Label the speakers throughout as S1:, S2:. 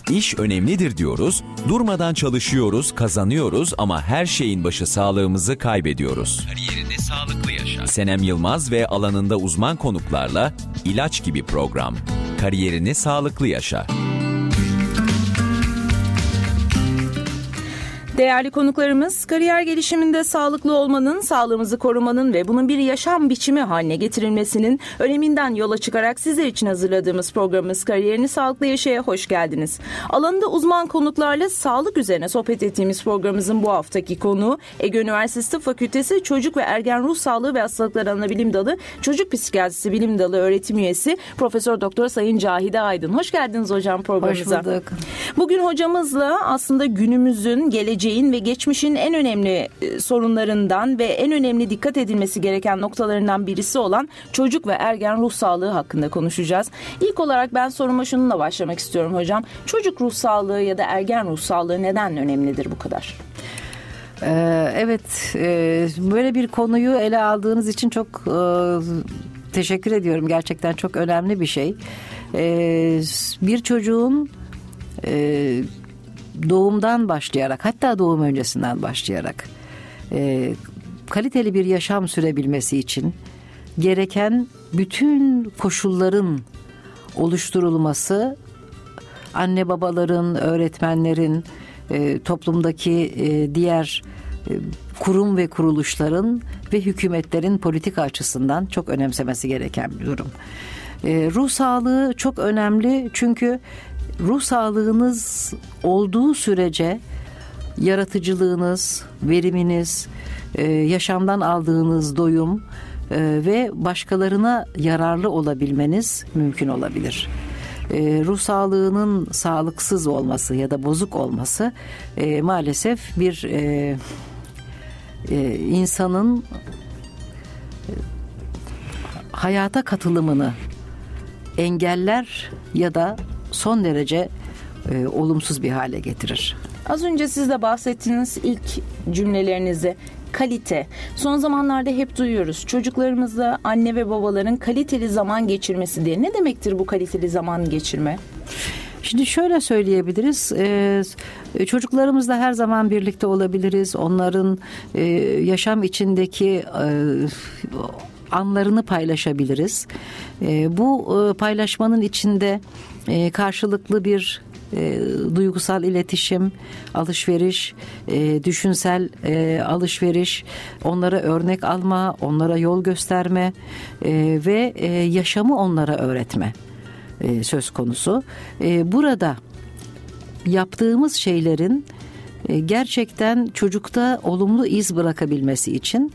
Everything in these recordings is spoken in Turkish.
S1: İş önemlidir diyoruz, durmadan çalışıyoruz, kazanıyoruz ama her şeyin başı sağlığımızı kaybediyoruz. Kariyerini sağlıklı yaşa. Senem Yılmaz ve alanında uzman konuklarla İlaç gibi program. Kariyerini sağlıklı yaşa.
S2: Değerli konuklarımız, kariyer gelişiminde sağlıklı olmanın, sağlığımızı korumanın ve bunun bir yaşam biçimi haline getirilmesinin öneminden yola çıkarak sizler için hazırladığımız programımız Kariyerini Sağlıklı Yaşa'ya hoş geldiniz. Alanında uzman konuklarla sağlık üzerine sohbet ettiğimiz programımızın bu haftaki konuğu Ege Üniversitesi Tıp Fakültesi Çocuk ve Ergen Ruh Sağlığı ve Hastalıkları Anabilim Dalı Çocuk Psikiyatrisi Bilim Dalı öğretim üyesi Profesör Doktor Sayın Cahide Aydın. Hoş geldiniz hocam programımıza.
S3: Hoş bulduk.
S2: Bugün hocamızla aslında günümüzün, geleceğin ve geçmişin en önemli sorunlarından ve en önemli dikkat edilmesi gereken noktalarından birisi olan çocuk ve ergen ruh sağlığı hakkında konuşacağız. İlk olarak ben soruma şununla başlamak istiyorum hocam. Çocuk ruh sağlığı ya da ergen ruh sağlığı neden önemlidir bu kadar?
S3: Evet, böyle bir konuyu ele aldığınız için çok teşekkür ediyorum. Gerçekten çok önemli bir şey. Bir çocuğun doğumdan başlayarak, hatta doğum öncesinden başlayarak kaliteli bir yaşam sürebilmesi için gereken bütün koşulların oluşturulması, anne babaların, öğretmenlerin, toplumdaki diğer kurum ve kuruluşların ve hükümetlerin politika açısından çok önemsemesi gereken bir durum. Ruh sağlığı çok önemli çünkü ruh sağlığınız olduğu sürece yaratıcılığınız, veriminiz, yaşamdan aldığınız doyum ve başkalarına yararlı olabilmeniz mümkün olabilir. Ruh sağlığının sağlıksız olması ya da bozuk olması maalesef bir insanın hayata katılımını engeller ya da son derece olumsuz bir hale getirir.
S2: Az önce siz de bahsettiğiniz ilk cümlelerinizde kalite. Son zamanlarda hep duyuyoruz. Çocuklarımızla anne ve babaların kaliteli zaman geçirmesi diye. Ne demektir bu kaliteli zaman geçirme?
S3: Şimdi şöyle söyleyebiliriz. Çocuklarımızla her zaman birlikte olabiliriz. Onların yaşam içindeki anlarını paylaşabiliriz. Bu paylaşmanın içinde karşılıklı bir duygusal iletişim, alışveriş, düşünsel alışveriş, onlara örnek alma, onlara yol gösterme ve yaşamı onlara öğretme söz konusu. Burada yaptığımız şeylerin gerçekten çocukta olumlu iz bırakabilmesi için,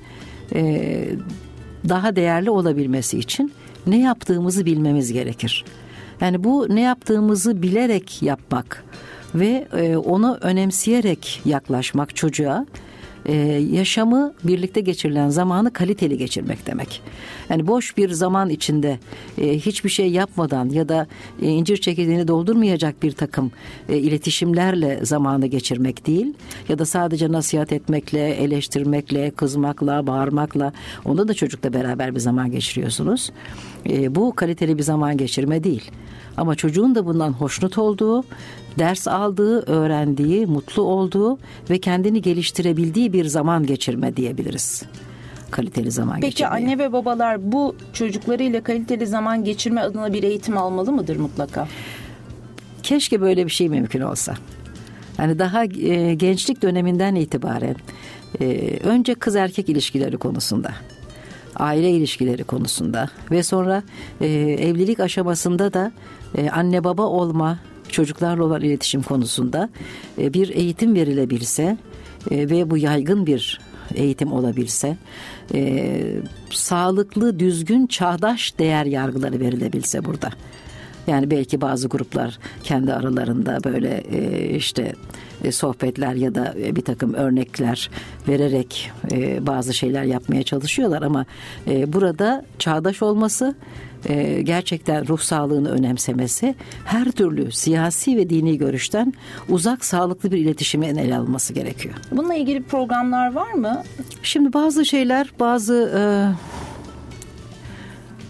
S3: daha değerli olabilmesi için ne yaptığımızı bilmemiz gerekir. Yani bu ne yaptığımızı bilerek yapmak ve onu önemseyerek yaklaşmak çocuğa, yaşamı, birlikte geçirilen zamanı kaliteli geçirmek demek. Yani boş bir zaman içinde hiçbir şey yapmadan ya da incir çekirdeğini doldurmayacak bir takım iletişimlerle zamanı geçirmek değil ya da sadece nasihat etmekle, eleştirmekle, kızmakla, bağırmakla, onda da çocukla beraber bir zaman geçiriyorsunuz. Bu kaliteli bir zaman geçirme değil. Ama çocuğun da bundan hoşnut olduğu, ders aldığı, öğrendiği, mutlu olduğu ve kendini geliştirebildiği bir zaman geçirme diyebiliriz. Kaliteli zaman geçirmeye.
S2: Peki anne ve babalar bu çocuklarıyla kaliteli zaman geçirme adına bir eğitim almalı mıdır mutlaka?
S3: Keşke böyle bir şey mümkün olsa. Yani daha gençlik döneminden itibaren önce kız erkek ilişkileri konusunda, aile ilişkileri konusunda ve sonra evlilik aşamasında da anne baba olma, çocuklarla olan iletişim konusunda bir eğitim verilebilse ve bu yaygın bir eğitim olabilse, sağlıklı, düzgün, çağdaş değer yargıları verilebilse burada. Yani belki bazı gruplar kendi aralarında böyle sohbetler ya da bir takım örnekler vererek bazı şeyler yapmaya çalışıyorlar ama burada çağdaş olması, gerçekten ruh sağlığını önemsemesi, her türlü siyasi ve dini görüşten uzak, sağlıklı bir iletişimin ele alınması gerekiyor.
S2: Bununla ilgili programlar var mı?
S3: Şimdi bazı şeyler, bazı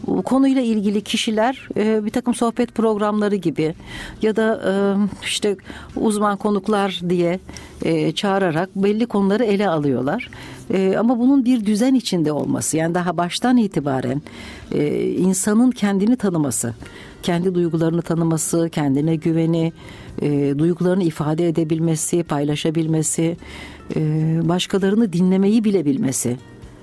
S3: bu konuyla ilgili kişiler bir takım sohbet programları gibi ya da işte uzman konuklar diye çağırarak belli konuları ele alıyorlar. Ama bunun bir düzen içinde olması, yani daha baştan itibaren insanın kendini tanıması, kendi duygularını tanıması, kendine güveni, duygularını ifade edebilmesi, paylaşabilmesi, başkalarını dinlemeyi bilebilmesi,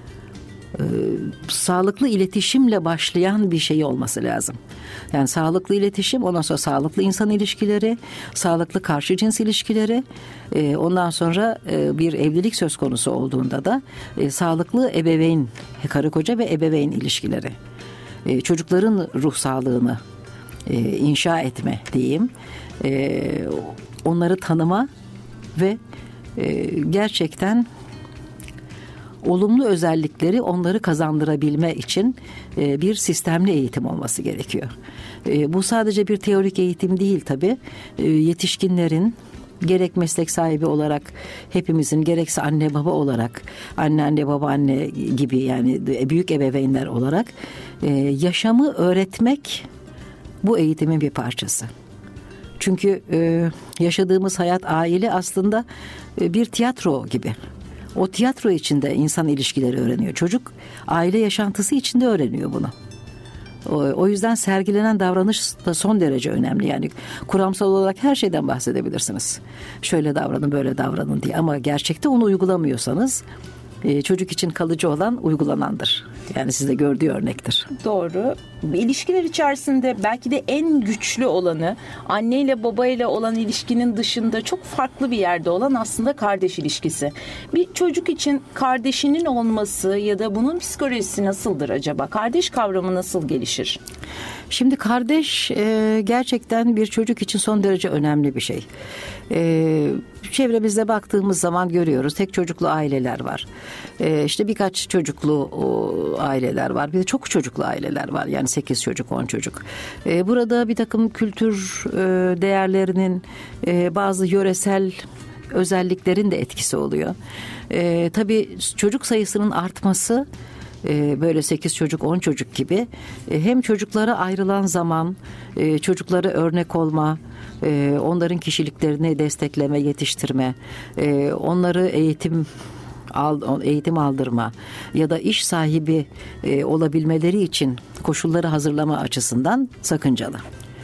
S3: sağlıklı iletişimle başlayan bir şey olması lazım. Yani sağlıklı iletişim, ondan sonra sağlıklı insan ilişkileri, sağlıklı karşı cins ilişkileri, ondan sonra bir evlilik söz konusu olduğunda da sağlıklı ebeveyn, karı koca ve ebeveyn ilişkileri, çocukların ruh sağlığını inşa etme diyeyim, onları tanıma ve gerçekten olumlu özellikleri onları kazandırabilme için bir sistemli eğitim olması gerekiyor. Bu sadece bir teorik eğitim değil tabii. Yetişkinlerin gerek meslek sahibi olarak hepimizin, gerekse anne baba olarak, anne baba anne gibi, yani büyük ebeveynler olarak yaşamı öğretmek bu eğitimin bir parçası. Çünkü yaşadığımız hayat, aile aslında bir tiyatro gibi. O tiyatro içinde insan ilişkileri öğreniyor. Çocuk aile yaşantısı içinde öğreniyor bunu. O yüzden sergilenen davranış da son derece önemli. Yani kuramsal olarak her şeyden bahsedebilirsiniz. Şöyle davranın, böyle davranın diye. Ama gerçekte onu uygulamıyorsanız çocuk için kalıcı olan uygulanandır. Yani sizde gördüğü örnektir.
S2: Doğru. İlişkiler içerisinde belki de en güçlü olanı, anneyle babayla olan ilişkinin dışında çok farklı bir yerde olan aslında kardeş ilişkisi. Bir çocuk için kardeşinin olması ya da bunun psikolojisi nasıldır acaba? Kardeş kavramı nasıl gelişir?
S3: Şimdi kardeş gerçekten bir çocuk için son derece önemli bir şey. Çevremizde baktığımız zaman görüyoruz, tek çocuklu aileler var. İşte birkaç çocuklu aileler var. Bir de çok çocuklu aileler var. Yani 8 çocuk, 10 çocuk. Burada bir takım kültür değerlerinin, bazı yöresel özelliklerin de etkisi oluyor. Tabii çocuk sayısının artması, böyle 8 çocuk, 10 çocuk gibi, hem çocuklara ayrılan zaman, çocuklara örnek olma, onların kişiliklerini destekleme, yetiştirme, onları eğitim aldırma ya da iş sahibi olabilmeleri için koşulları hazırlama açısından sakıncalı.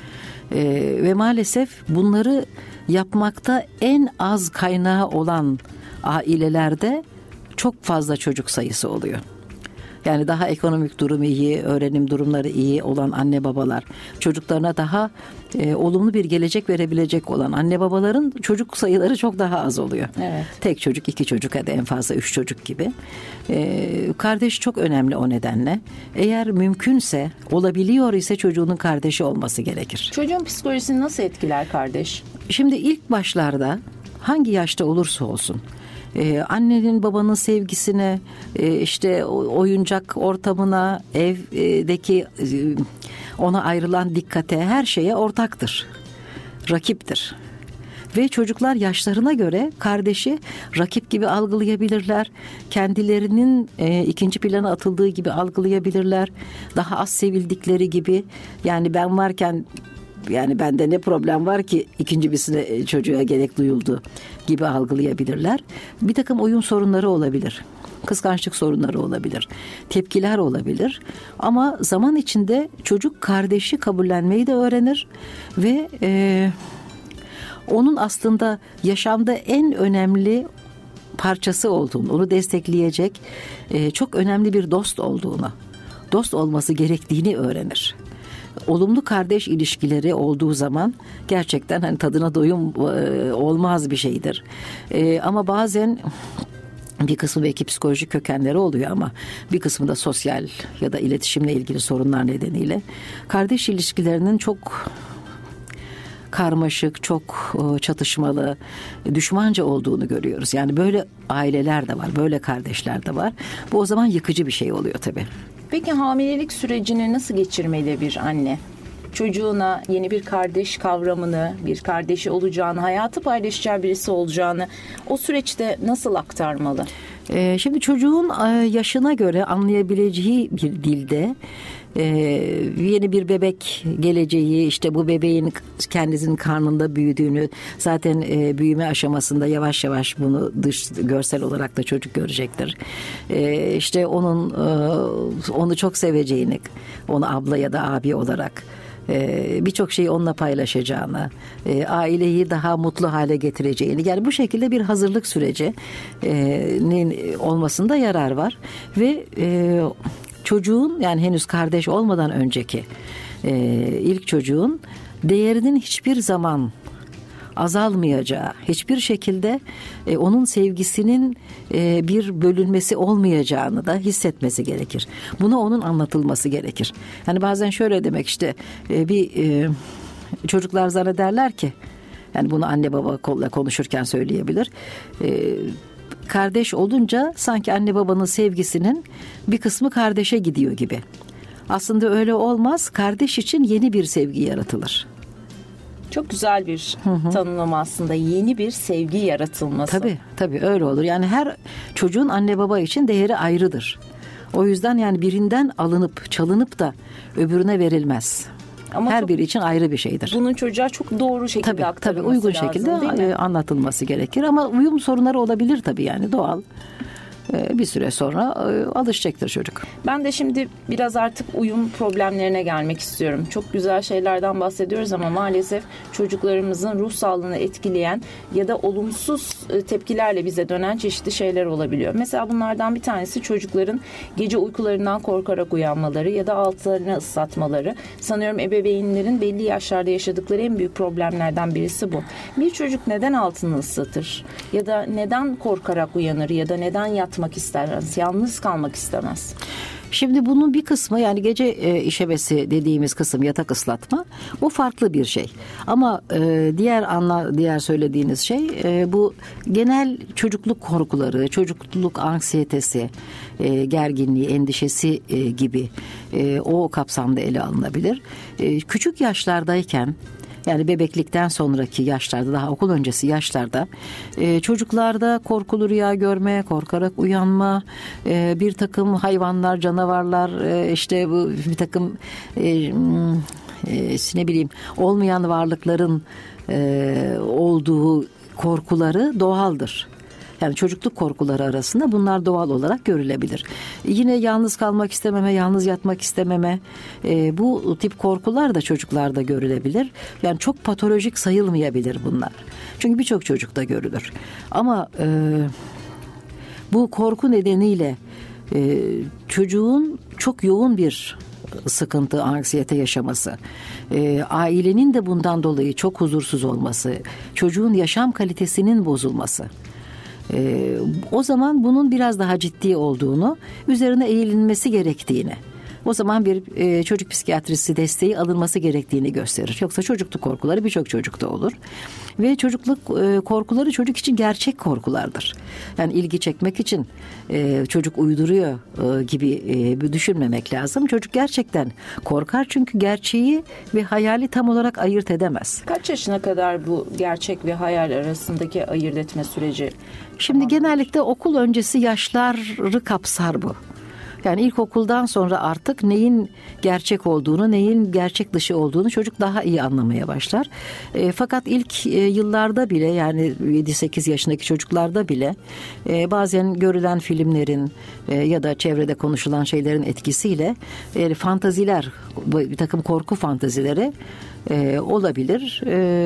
S3: Ve maalesef bunları yapmakta en az kaynağı olan ailelerde çok fazla çocuk sayısı oluyor. Yani daha ekonomik durumu iyi, öğrenim durumları iyi olan anne babalar, çocuklarına daha olumlu bir gelecek verebilecek olan anne babaların çocuk sayıları çok daha az oluyor.
S2: Evet.
S3: Tek çocuk, 2 çocuk, hadi en fazla 3 çocuk gibi. Kardeş çok önemli o nedenle. Eğer mümkünse, olabiliyor ise çocuğunun kardeşi olması gerekir.
S2: Çocuğun psikolojisini nasıl etkiler kardeş?
S3: Şimdi ilk başlarda hangi yaşta olursa olsun, annenin babanın sevgisine, işte oyuncak ortamına, evdeki ona ayrılan dikkate, her şeye ortaktır. Rakiptir. Ve çocuklar yaşlarına göre kardeşi rakip gibi algılayabilirler. Kendilerinin ikinci plana atıldığı gibi algılayabilirler. Daha az sevildikleri gibi, yani ben varken, yani bende ne problem var ki ikinci birisine, çocuğa gerek duyuldu gibi algılayabilirler. Bir takım oyun sorunları olabilir. Kıskançlık sorunları olabilir. Tepkiler olabilir. Ama zaman içinde çocuk kardeşi kabullenmeyi de öğrenir ve onun aslında yaşamda en önemli parçası olduğunu, onu destekleyecek çok önemli bir dost olduğunu, dost olması gerektiğini öğrenir. Olumlu kardeş ilişkileri olduğu zaman gerçekten hani tadına doyum olmaz bir şeydir. Ama bazen bir kısmı belki psikolojik kökenleri oluyor ama bir kısmı da sosyal ya da iletişimle ilgili sorunlar nedeniyle kardeş ilişkilerinin çok karmaşık, çok çatışmalı, düşmanca olduğunu görüyoruz. Yani böyle aileler de var, böyle kardeşler de var. Bu o zaman yıkıcı bir şey oluyor tabii.
S2: Peki hamilelik sürecini nasıl geçirmeli bir anne? Çocuğuna yeni bir kardeş kavramını, bir kardeşi olacağını, hayatı paylaşacağı birisi olacağını o süreçte nasıl aktarmalı?
S3: Şimdi çocuğun yaşına göre anlayabileceği bir dilde yeni bir bebek geleceği, işte bu bebeğin kendisinin karnında büyüdüğünü, zaten büyüme aşamasında yavaş yavaş bunu dış görsel olarak da çocuk görecektir. İşte onu çok seveceğini, onu abla ya da abi olarak birçok şeyi onunla paylaşacağını, aileyi daha mutlu hale getireceğini, yani bu şekilde bir hazırlık sürecinin olmasında yarar var ve çocuğun, yani henüz kardeş olmadan önceki ilk çocuğun değerinin hiçbir zaman azalmayacağı, hiçbir şekilde onun sevgisinin bir bölünmesi olmayacağını da hissetmesi gerekir. Buna onun anlatılması gerekir. Yani bazen şöyle demek, işte çocuklar zannederler ki, yani bunu anne baba konuşurken söyleyebilir. Kardeş olunca sanki anne babanın sevgisinin bir kısmı kardeşe gidiyor gibi. Aslında öyle olmaz. Kardeş için yeni bir sevgi yaratılır.
S2: Çok güzel bir tanımlama aslında. Yeni bir sevgi yaratılması.
S3: Tabii öyle olur. Yani her çocuğun anne baba için değeri ayrıdır. O yüzden yani birinden alınıp çalınıp da öbürüne verilmez. Ama her biri için ayrı bir şeydir.
S2: Bunun çocuğa çok doğru şekilde aktarılması
S3: uygun
S2: lazım,
S3: şekilde anlatılması gerekir. Ama uyum sorunları olabilir tabii, yani doğal. Bir süre sonra alışacaktır çocuk.
S2: Ben de şimdi biraz artık uyum problemlerine gelmek istiyorum. Çok güzel şeylerden bahsediyoruz ama maalesef çocuklarımızın ruh sağlığını etkileyen ya da olumsuz tepkilerle bize dönen çeşitli şeyler olabiliyor. Mesela bunlardan bir tanesi çocukların gece uykularından korkarak uyanmaları ya da altlarını ıslatmaları. Sanıyorum ebeveynlerin belli yaşlarda yaşadıkları en büyük problemlerden birisi bu. Bir çocuk neden altını ıslatır? Ya da neden korkarak uyanır? Ya da neden yatmak istemez, yalnız kalmak istemez?
S3: Şimdi bunun bir kısmı, yani gece işemesi dediğimiz kısım, yatak ıslatma, o farklı bir şey. Ama diğer söylediğiniz şey bu genel çocukluk korkuları, çocukluk anksiyetesi, gerginliği, endişesi gibi o kapsamda ele alınabilir. Küçük yaşlardayken, yani bebeklikten sonraki yaşlarda, daha okul öncesi yaşlarda çocuklarda korkulu rüya görme, korkarak uyanma, bir takım hayvanlar, canavarlar, işte bu bir takım ne bileyim olmayan varlıkların olduğu korkuları doğaldır. Yani çocukluk korkuları arasında bunlar doğal olarak görülebilir. Yine yalnız kalmak istememe, yalnız yatmak istememe, bu tip korkular da çocuklarda görülebilir. Yani çok patolojik sayılmayabilir bunlar. Çünkü birçok çocukta görülür. Ama bu korku nedeniyle çocuğun çok yoğun bir sıkıntı, anksiyete yaşaması, ailenin de bundan dolayı çok huzursuz olması, çocuğun yaşam kalitesinin bozulması, o zaman bunun biraz daha ciddi olduğunu, üzerine eğilinmesi gerektiğini, o zaman bir çocuk psikiyatrisi desteği alınması gerektiğini gösterir. Yoksa çocukluk korkuları birçok çocukta olur. Ve çocukluk korkuları çocuk için gerçek korkulardır. Yani ilgi çekmek için çocuk uyduruyor gibi düşünmemek lazım. Çocuk gerçekten korkar, çünkü gerçeği ve hayali tam olarak ayırt edemez.
S2: Kaç yaşına kadar bu gerçek ve hayal arasındaki ayırt etme süreci?
S3: Şimdi genellikle okul öncesi yaşları kapsar bu. Yani ilkokuldan sonra artık neyin gerçek olduğunu, neyin gerçek dışı olduğunu çocuk daha iyi anlamaya başlar. Fakat ilk yıllarda bile, yani 7-8 yaşındaki çocuklarda bile bazen görülen filmlerin ya da çevrede konuşulan şeylerin etkisiyle fantaziler, bir takım korku fantazileri olabilir.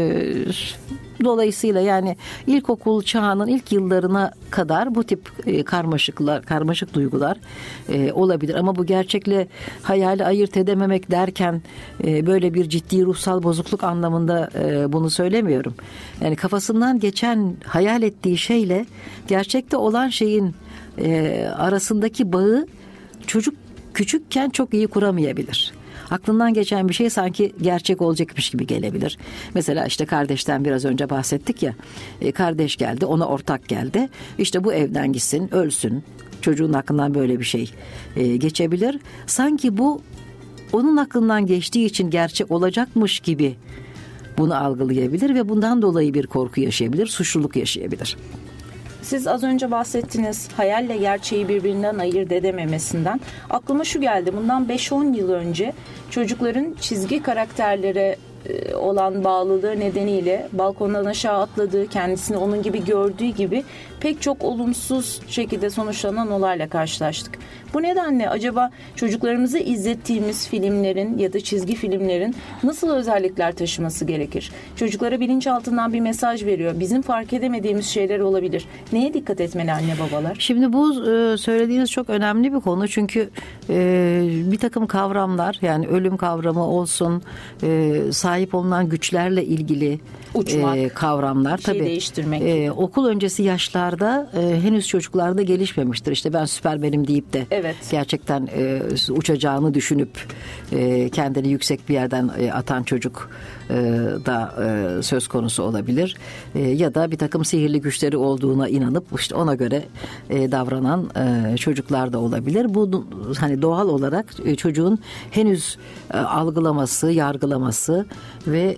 S3: Dolayısıyla yani ilkokul çağının ilk yıllarına kadar bu tip karmaşık duygular olabilir. Ama bu gerçekle hayali ayırt edememek derken böyle bir ciddi ruhsal bozukluk anlamında bunu söylemiyorum. Yani kafasından geçen, hayal ettiği şeyle gerçekte olan şeyin arasındaki bağı çocuk küçükken çok iyi kuramayabilir. Aklından geçen bir şey sanki gerçek olacakmış gibi gelebilir. Mesela işte kardeşten biraz önce bahsettik ya. Kardeş geldi, ona ortak geldi. İşte bu evden gitsin, ölsün. Çocuğun aklından böyle bir şey geçebilir. Sanki bu onun aklından geçtiği için gerçek olacakmış gibi bunu algılayabilir ve bundan dolayı bir korku yaşayabilir, suçluluk yaşayabilir.
S2: siz az önce bahsettiniz hayalle gerçeği birbirinden ayırt edememesinden. Aklıma şu geldi. Bundan 5-10 yıl önce çocukların çizgi karakterlere olan bağlılığı nedeniyle balkondan aşağı atladığı, kendisini onun gibi gördüğü gibi pek çok olumsuz şekilde sonuçlanan olayla karşılaştık. Bu nedenle acaba çocuklarımızı izlettiğimiz filmlerin ya da çizgi filmlerin nasıl özellikler taşıması gerekir? Çocuklara bilinçaltından bir mesaj veriyor. Bizim fark edemediğimiz şeyler olabilir. Neye dikkat etmeli anne babalar?
S3: Şimdi bu söylediğiniz çok önemli bir konu. Çünkü bir takım kavramlar, yani ölüm kavramı olsun, sahip olunan güçlerle ilgili kavramlar.
S2: Şey
S3: tabii
S2: değiştirmek.
S3: Okul öncesi yaşlarda henüz çocuklarda gelişmemiştir. İşte ben süpermenim deyip de gerçekten uçacağını düşünüp kendini yüksek bir yerden atan çocuk da söz konusu olabilir. Ya da bir takım sihirli güçleri olduğuna inanıp işte ona göre davranan çocuklar da olabilir. Bu hani doğal olarak çocuğun henüz algılaması, yargılaması ve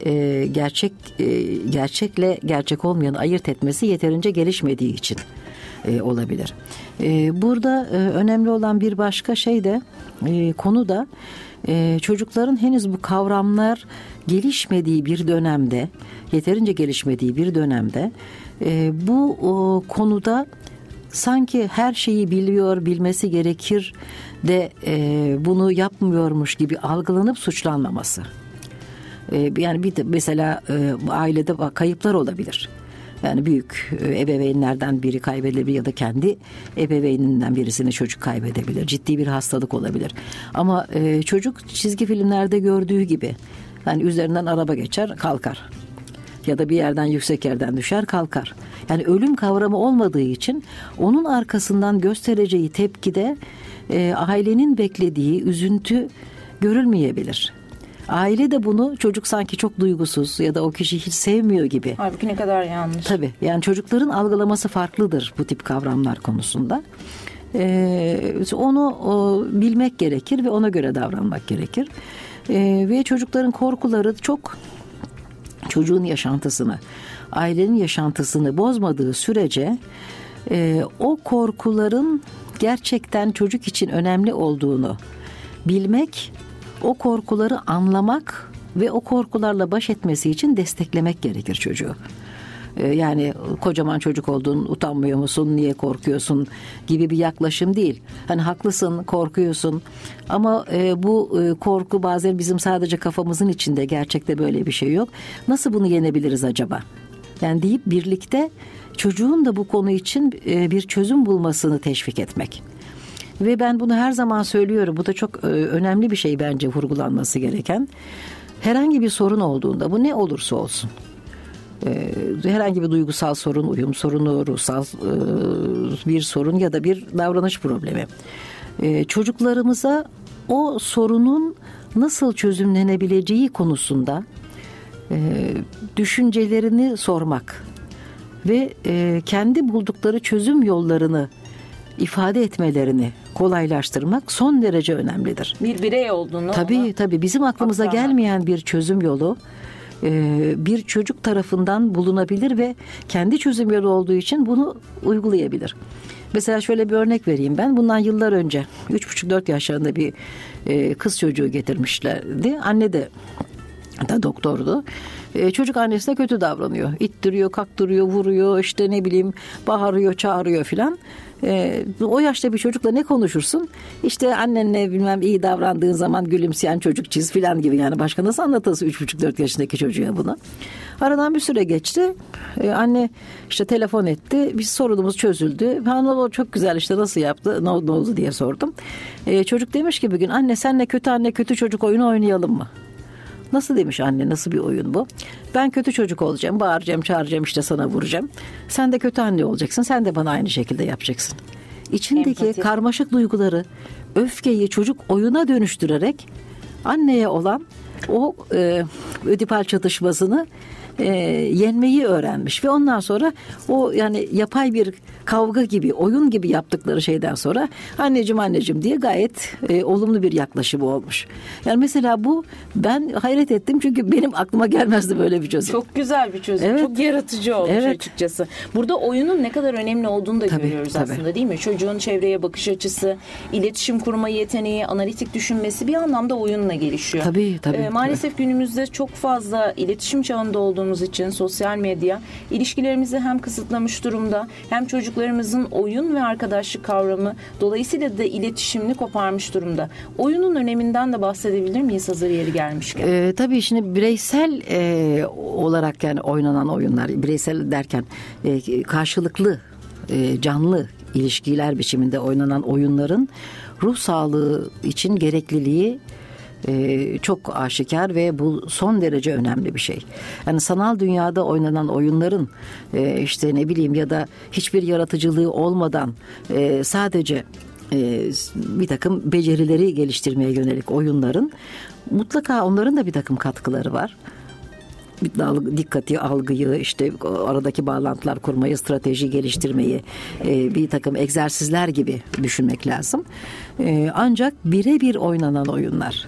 S3: gerçekle gerçek olmayanı ayırt etmesi yeterince gelişmediği için olabilir. Burada önemli olan bir başka şey de konu da çocukların henüz bu kavramlar gelişmediği bir dönemde, yeterince gelişmediği bir dönemde bu konuda sanki her şeyi biliyor, bilmesi gerekir de bunu yapmıyormuş gibi algılanıp suçlanmaması. Yani bir de mesela ailede kayıplar olabilir. Yani büyük ebeveynlerden biri kaybedebilir ya da kendi ebeveyninden birisini çocuk kaybedebilir. Ciddi bir hastalık olabilir. Ama çocuk çizgi filmlerde gördüğü gibi yani üzerinden araba geçer, kalkar. Ya da bir yerden, yüksek yerden düşer, kalkar. Yani ölüm kavramı olmadığı için onun arkasından göstereceği tepkide ailenin beklediği üzüntü görülmeyebilir. Aile de bunu çocuk sanki çok duygusuz ya da o kişiyi hiç sevmiyor gibi.
S2: Halbuki ne kadar yanlış.
S3: Tabii yani çocukların algılaması farklıdır bu tip kavramlar konusunda. Onu bilmek gerekir ve ona göre davranmak gerekir. Ve çocukların korkuları çok çocuğun yaşantısını, ailenin yaşantısını bozmadığı sürece o korkuların gerçekten çocuk için önemli olduğunu bilmek, o korkuları anlamak ve o korkularla baş etmesi için desteklemek gerekir çocuğu. Yani kocaman çocuk oldun, utanmıyor musun, niye korkuyorsun gibi bir yaklaşım değil. Hani haklısın, korkuyorsun ama bu korku bazen bizim sadece kafamızın içinde, gerçekte böyle bir şey yok. Nasıl bunu yenebiliriz acaba? Yani deyip birlikte çocuğun da bu konu için bir çözüm bulmasını teşvik etmek. Ve ben bunu her zaman söylüyorum. Bu da çok önemli bir şey bence vurgulanması gereken. Herhangi bir sorun olduğunda, bu ne olursa olsun, herhangi bir duygusal sorun, uyum sorunu, ruhsal bir sorun ya da bir davranış problemi, çocuklarımıza o sorunun nasıl çözümlenebileceği konusunda düşüncelerini sormak ve kendi buldukları çözüm yollarını ifade etmelerini kolaylaştırmak son derece önemlidir.
S2: Bir birey olduğunu.
S3: Tabii bizim aklımıza gelmeyen bir çözüm yolu bir çocuk tarafından bulunabilir ve kendi çözüm yolu olduğu için bunu uygulayabilir. Mesela şöyle bir örnek vereyim ben. Bundan yıllar önce 3,5-4 yaşlarında bir kız çocuğu getirmişlerdi. Anne de doktordu. Çocuk annesine kötü davranıyor. İttiriyor, kaktırıyor, vuruyor, işte ne bileyim bağırıyor, çağırıyor filan. O yaşta bir çocukla ne konuşursun? İşte annenle bilmem iyi davrandığın zaman gülümseyen çocuk çiz filan gibi. Yani başka nasıl anlatırsın 3,5-4 yaşındaki çocuğa bunu? Aradan bir süre geçti. Anne işte telefon etti. Bir sorunumuz çözüldü. Ben o çok güzel işte nasıl yaptı? Ne oldu diye sordum. Çocuk demiş ki bir gün anne senle anne kötü çocuk oyunu oynayalım mı? Nasıl demiş anne, nasıl bir oyun bu? Ben kötü çocuk olacağım, bağıracağım, çağıracağım, işte sana vuracağım. Sen de kötü anne olacaksın, sen de bana aynı şekilde yapacaksın. İçindeki karmaşık duyguları, öfkeyi çocuk oyuna dönüştürerek anneye olan o ödipal çatışmasını yenmeyi öğrenmiş ve ondan sonra o yani yapay bir kavga gibi, oyun gibi yaptıkları şeyden sonra anneciğim diye gayet olumlu bir yaklaşımı olmuş. Yani mesela bu, ben hayret ettim çünkü benim aklıma gelmezdi böyle bir çözüm.
S2: Çok güzel bir çözüm. Evet. Çok yaratıcı olmuş açıkçası. Burada oyunun ne kadar önemli olduğunu da görüyoruz aslında, değil mi? Çocuğun çevreye bakış açısı, iletişim kurma yeteneği, analitik düşünmesi bir anlamda oyunla gelişiyor.
S3: Tabii.
S2: Maalesef günümüzde çok fazla iletişim çağında olduğumuz için sosyal medya ilişkilerimizi hem kısıtlamış durumda, hem çocuklarımızın oyun ve arkadaşlık kavramı, dolayısıyla da iletişimini koparmış durumda. Oyunun öneminden de bahsedebilir miyiz hazır yeri gelmişken?
S3: Tabii şimdi bireysel olarak yani oynanan oyunlar, bireysel derken karşılıklı canlı ilişkiler biçiminde oynanan oyunların ruh sağlığı için gerekliliği çok aşikar ve bu son derece önemli bir şey. Yani sanal dünyada oynanan oyunların işte ne bileyim ya da hiçbir yaratıcılığı olmadan sadece bir takım becerileri geliştirmeye yönelik oyunların mutlaka onların da bir takım katkıları var. Dikkati, algıyı, işte aradaki bağlantılar kurmayı, strateji geliştirmeyi, bir takım egzersizler gibi düşünmek lazım. Ancak birebir oynanan oyunlar,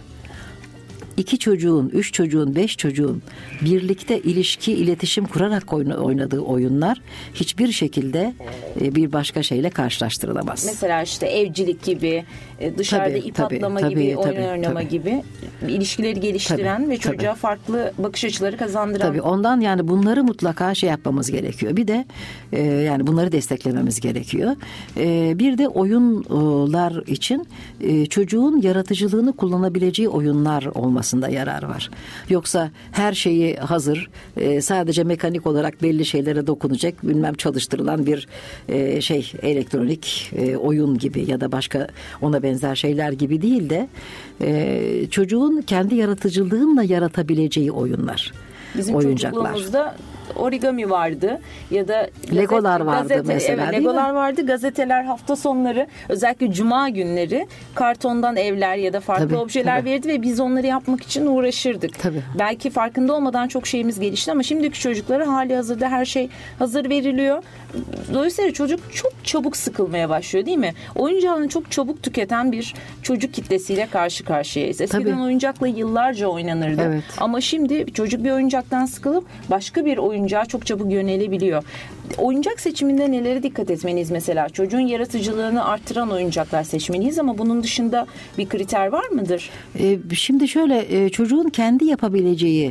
S3: 2 çocuğun, 3 çocuğun, 5 çocuğun birlikte ilişki, iletişim kurarak oynadığı oyunlar hiçbir şekilde bir başka şeyle karşılaştırılamaz.
S2: Mesela işte evcilik gibi, dışarıda ip atlama gibi, oyun oynama gibi ilişkileri geliştiren ve çocuğa farklı bakış açıları kazandıran.
S3: Tabii ondan yani bunları mutlaka yapmamız gerekiyor. Bir de yani bunları desteklememiz gerekiyor. Bir de oyunlar için çocuğun yaratıcılığını kullanabileceği oyunlar olmasında yarar var. Yoksa her şeyi hazır, sadece mekanik olarak belli şeylere dokunacak, çalıştırılan bir elektronik oyun gibi ya da başka ona benzer şeyler gibi değil de çocuğun kendi yaratıcılığıyla yaratabileceği oyunlar.
S2: Bizim çocukluğumuzda origami vardı ya da
S3: Legolar vardı mesela.
S2: Evet, Legolar vardı. Gazeteler hafta sonları, özellikle cuma günleri kartondan evler ya da farklı objeler verirdi ve biz onları yapmak için uğraşırdık.
S3: Tabii.
S2: Belki farkında olmadan çok şeyimiz gelişti ama şimdiki çocuklara hali hazırda her şey hazır veriliyor. Dolayısıyla çocuk çok çabuk sıkılmaya başlıyor, değil mi? Oyuncağını çok çabuk tüketen bir çocuk kitlesiyle karşı karşıyayız. Eskiden oyuncakla yıllarca oynanırdı. Evet. Ama şimdi çocuk bir oyuncaktan sıkılıp başka bir oyuncağa çok çabuk yönelebiliyor. Oyuncak seçiminde nelere dikkat etmeliyiz mesela? Çocuğun yaratıcılığını arttıran oyuncaklar seçmeliyiz ama bunun dışında bir kriter var mıdır?
S3: Şimdi şöyle, çocuğun kendi yapabileceği,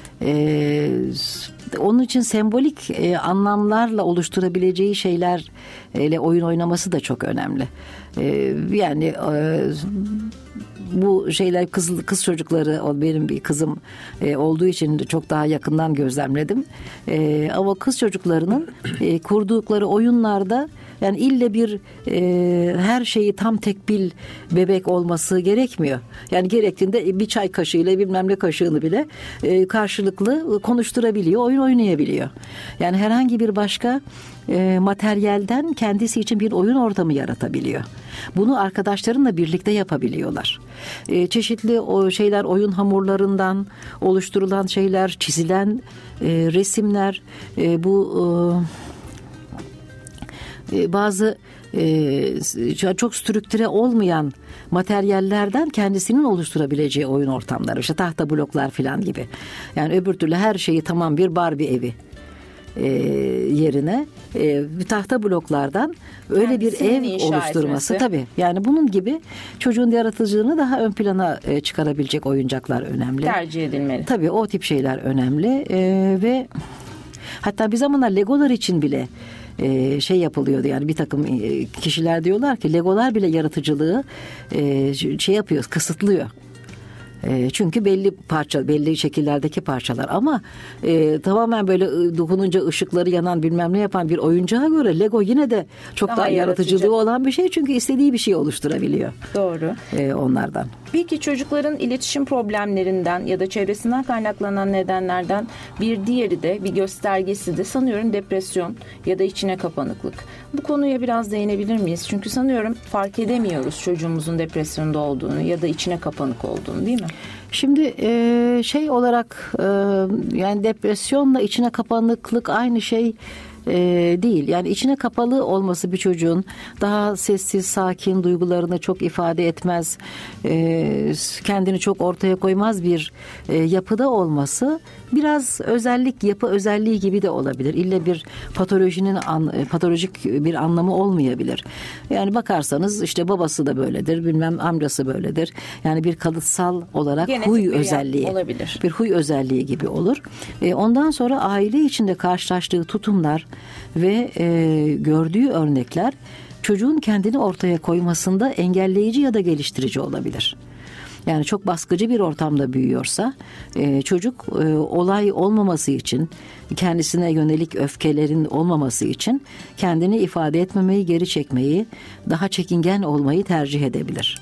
S3: onun için sembolik anlamlarla oluşturabileceği şeylerle oyun oynaması da çok önemli. Yani bu şeyler kız çocukları, benim bir kızım olduğu için çok daha yakından gözlemledim. Ama kız çocuklarının kurdukları oyunlarda yani ille bir her şeyi tam tekbil bebek olması gerekmiyor. Yani gerektiğinde bir çay kaşığıyla bilmem ne kaşığını bile karşılıklı konuşturabiliyor, oyun oynayabiliyor. Yani herhangi bir başka materyalden kendisi için bir oyun ortamı yaratabiliyor. Bunu arkadaşlarınla birlikte yapabiliyorlar. Çeşitli oyun hamurlarından oluşturulan şeyler, çizilen resimler, bazı çok strüktüre olmayan materyallerden kendisinin oluşturabileceği oyun ortamları, işte tahta bloklar falan gibi. Yani öbür türlü her şeyi tamam bir Barbie evi yerine tahta bloklardan öyle bir ev oluşturması tabii. Yani bunun gibi çocuğun yaratıcılığını daha ön plana çıkarabilecek oyuncaklar önemli.
S2: Tercih edilmeli.
S3: Tabii o tip şeyler önemli ve hatta bir zamanlar Legolar için bile yapılıyordu. Yani bir takım kişiler diyorlar ki Legolar bile yaratıcılığı kısıtlıyor. Çünkü belli şekillerdeki parçalar ama tamamen böyle dokununca ışıkları yanan bilmem ne yapan bir oyuncağa göre Lego yine de çok daha yaratıcılığı olan bir şey, çünkü istediği bir şey oluşturabiliyor.
S2: Doğru.
S3: Onlardan.
S2: Peki çocukların iletişim problemlerinden ya da çevresinden kaynaklanan nedenlerden bir diğeri de, bir göstergesi de sanıyorum depresyon ya da içine kapanıklık. Bu konuya biraz değinebilir miyiz? Çünkü sanıyorum fark edemiyoruz çocuğumuzun depresyonda olduğunu ya da içine kapanık olduğunu, değil mi?
S3: Şimdi şey olarak yani depresyonla içine kapanıklık aynı şey değil. Yani içine kapalı olması bir çocuğun daha sessiz, sakin, duygularını çok ifade etmez, kendini çok ortaya koymaz bir yapıda olması biraz yapı özelliği gibi de olabilir. İlle bir patolojik bir anlamı olmayabilir. Yani bakarsanız işte babası da böyledir, bilmem amcası böyledir. Yani bir kalıtsal olarak
S2: genetik
S3: huy özelliği
S2: olabilir.
S3: Bir huy özelliği gibi olur. Ondan sonra aile içinde karşılaştığı tutumlar ve gördüğü örnekler çocuğun kendini ortaya koymasında engelleyici ya da geliştirici olabilir. Yani çok baskıcı bir ortamda büyüyorsa çocuk olay olmaması için, kendisine yönelik öfkelerin olmaması için kendini ifade etmemeyi, geri çekmeyi, daha çekingen olmayı tercih edebilir.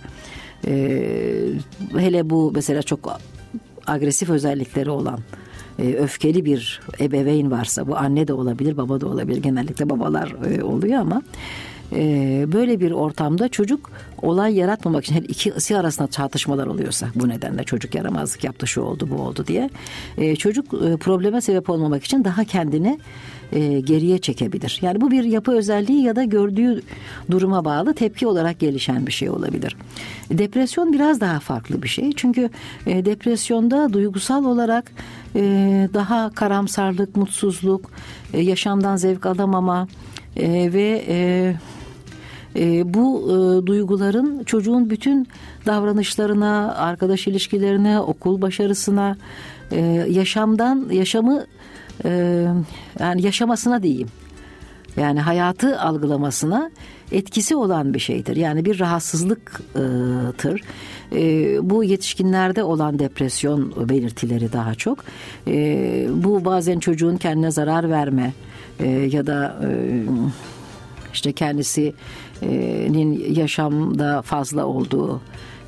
S3: Hele bu mesela çok agresif özellikleri olan, öfkeli bir ebeveyn varsa, bu anne de olabilir, baba da olabilir, genellikle babalar oluyor ama böyle bir ortamda çocuk olay yaratmamak için, ikisi arasında çatışmalar oluyorsa, bu nedenle çocuk yaramazlık yaptı, şu oldu, bu oldu diye, çocuk probleme sebep olmamak için daha kendini geriye çekebilir. Yani bu bir yapı özelliği ya da gördüğü duruma bağlı tepki olarak gelişen bir şey olabilir. Depresyon biraz daha farklı bir şey. Çünkü depresyonda duygusal olarak daha karamsarlık, mutsuzluk, yaşamdan zevk alamama ve bu duyguların çocuğun bütün davranışlarına, arkadaş ilişkilerine, okul başarısına, yani yaşamasına diyeyim. Yani hayatı algılamasına etkisi olan bir şeydir. Yani bir rahatsızlıktır. Bu yetişkinlerde olan depresyon belirtileri daha çok. Bu bazen çocuğun kendine zarar verme ya da işte kendisinin yaşamda fazla olduğu,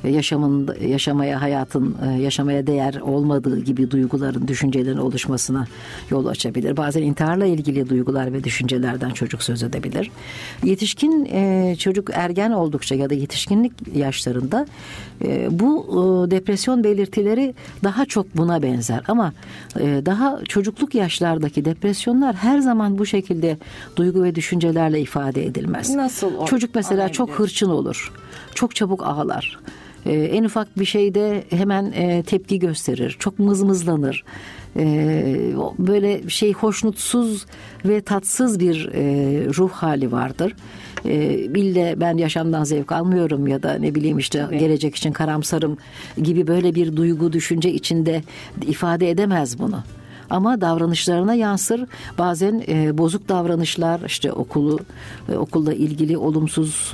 S3: yaşamaya değer olmadığı gibi duyguların, düşüncelerin oluşmasına yol açabilir. Bazen intiharla ilgili duygular ve düşüncelerden çocuk söz edebilir. Yetişkin çocuk ergen oldukça ya da yetişkinlik yaşlarında bu depresyon belirtileri daha çok buna benzer. Ama daha çocukluk yaşlardaki depresyonlar her zaman bu şekilde duygu ve düşüncelerle ifade edilmez.
S2: Nasıl?
S3: Çocuk mesela çok hırçın olur. Çok çabuk ağlar. En ufak bir şeyde hemen tepki gösterir. Çok mızmızlanır. Böyle hoşnutsuz ve tatsız bir ruh hali vardır. İlle ben yaşamdan zevk almıyorum ya da ne bileyim işte gelecek için karamsarım gibi böyle bir duygu, düşünce içinde ifade edemez bunu. Ama davranışlarına yansır. Bazen bozuk davranışlar, işte okulla ilgili olumsuz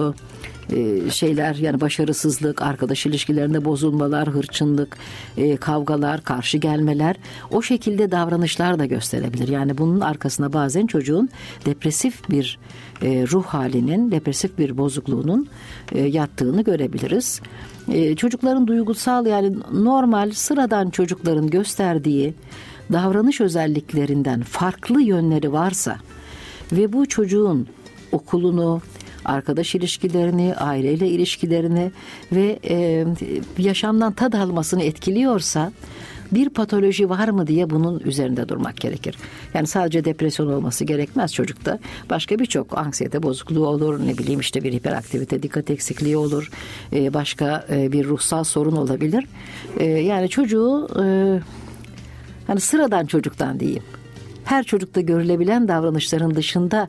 S3: şeyler, yani başarısızlık, arkadaş ilişkilerinde bozulmalar, hırçınlık, kavgalar, karşı gelmeler, o şekilde davranışlar da gösterebilir. Yani bunun arkasına bazen çocuğun depresif bir ruh halinin, depresif bir bozukluğunun yattığını görebiliriz. Çocukların duygusal, yani normal sıradan çocukların gösterdiği davranış özelliklerinden farklı yönleri varsa ve bu çocuğun okulunu, arkadaş ilişkilerini, aileyle ilişkilerini ve yaşamdan tad almasını etkiliyorsa bir patoloji var mı diye bunun üzerinde durmak gerekir. Yani sadece depresyon olması gerekmez çocukta. Başka birçok anksiyete bozukluğu olur, ne bileyim işte bir hiperaktivite, dikkat eksikliği olur, başka bir ruhsal sorun olabilir. Yani çocuğu hani sıradan çocuktan diyeyim, her çocukta görülebilen davranışların dışında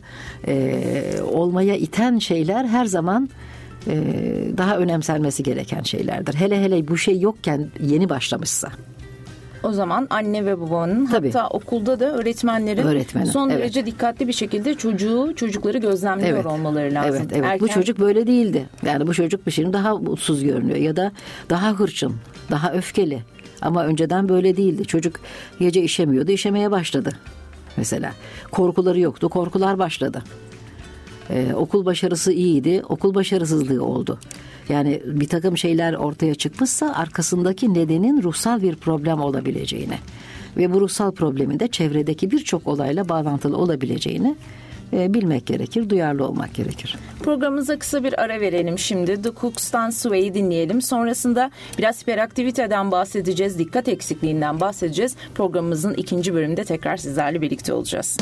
S3: olmaya iten şeyler her zaman daha önemsenmesi gereken şeylerdir. Hele bu şey yokken yeni başlamışsa.
S2: O zaman anne ve babanın,
S3: tabii, hatta
S2: okulda da öğretmenin son derece dikkatli bir şekilde çocukları gözlemliyor olmaları lazım.
S3: Evet. Bu çocuk böyle değildi. Yani bu çocuk bir şeyin daha mutsuz görünüyor ya da daha hırçın, daha öfkeli. Ama önceden böyle değildi. Çocuk gece işemiyordu, işemeye başladı. Mesela korkuları yoktu, korkular başladı. Okul başarısı iyiydi, okul başarısızlığı oldu. Yani bir takım şeyler ortaya çıkmışsa arkasındaki nedenin ruhsal bir problem olabileceğini ve bu ruhsal problemin de çevredeki birçok olayla bağlantılı olabileceğini bilmek gerekir, duyarlı olmak gerekir.
S2: Programımıza kısa bir ara verelim şimdi. The Cooks'tan Sway'i dinleyelim. Sonrasında biraz hiperaktiviteden bahsedeceğiz, dikkat eksikliğinden bahsedeceğiz. Programımızın ikinci bölümünde tekrar sizlerle birlikte olacağız.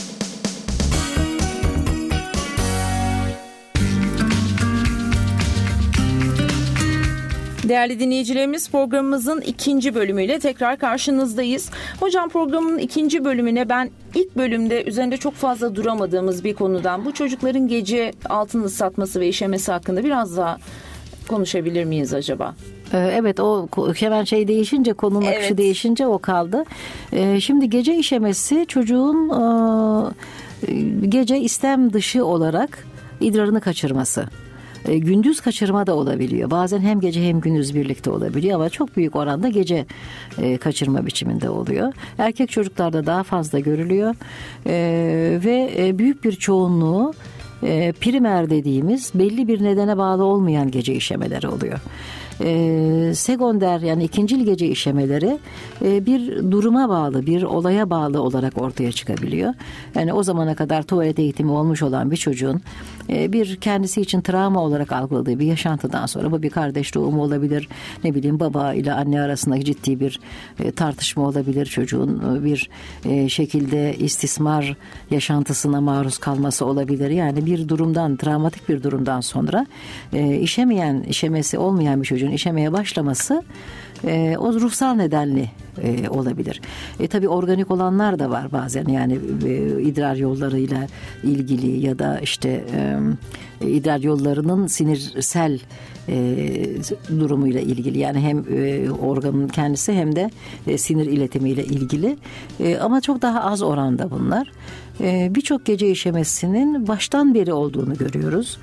S2: Değerli dinleyicilerimiz, programımızın ikinci bölümüyle tekrar karşınızdayız. Hocam, programın ikinci bölümüne ben ilk bölümde üzerinde çok fazla duramadığımız bir konudan, bu çocukların gece altın ıslatması ve işemesi hakkında biraz daha konuşabilir miyiz acaba?
S3: Evet, o hemen değişince, konunun akışı değişince o kaldı. Şimdi gece işemesi çocuğun gece istem dışı olarak idrarını kaçırması. Gündüz kaçırma da olabiliyor. Bazen hem gece hem gündüz birlikte olabiliyor ama çok büyük oranda gece kaçırma biçiminde oluyor. Erkek çocuklarda daha fazla görülüyor ve büyük bir çoğunluğu primer dediğimiz belli bir nedene bağlı olmayan gece işemeleri oluyor. Sekonder, yani ikincil gece işemeleri bir duruma bağlı, bir olaya bağlı olarak ortaya çıkabiliyor. Yani o zamana kadar tuvalet eğitimi olmuş olan bir çocuğun bir kendisi için travma olarak algıladığı bir yaşantıdan sonra, bu bir kardeş doğumu olabilir, baba ile anne arasındaki ciddi bir tartışma olabilir, çocuğun bir şekilde istismar yaşantısına maruz kalması olabilir. Yani bir durumdan, travmatik bir durumdan sonra işemesi olmayan bir çocuğun işemeye başlaması o ruhsal nedenli olabilir. Tabii organik olanlar da var bazen, yani idrar yollarıyla ilgili ya da idrar yollarının sinirsel durumuyla ilgili, yani hem organın kendisi hem de sinir iletimiyle ilgili, ama çok daha az oranda bunlar. Birçok gece işemesinin baştan beri olduğunu görüyoruz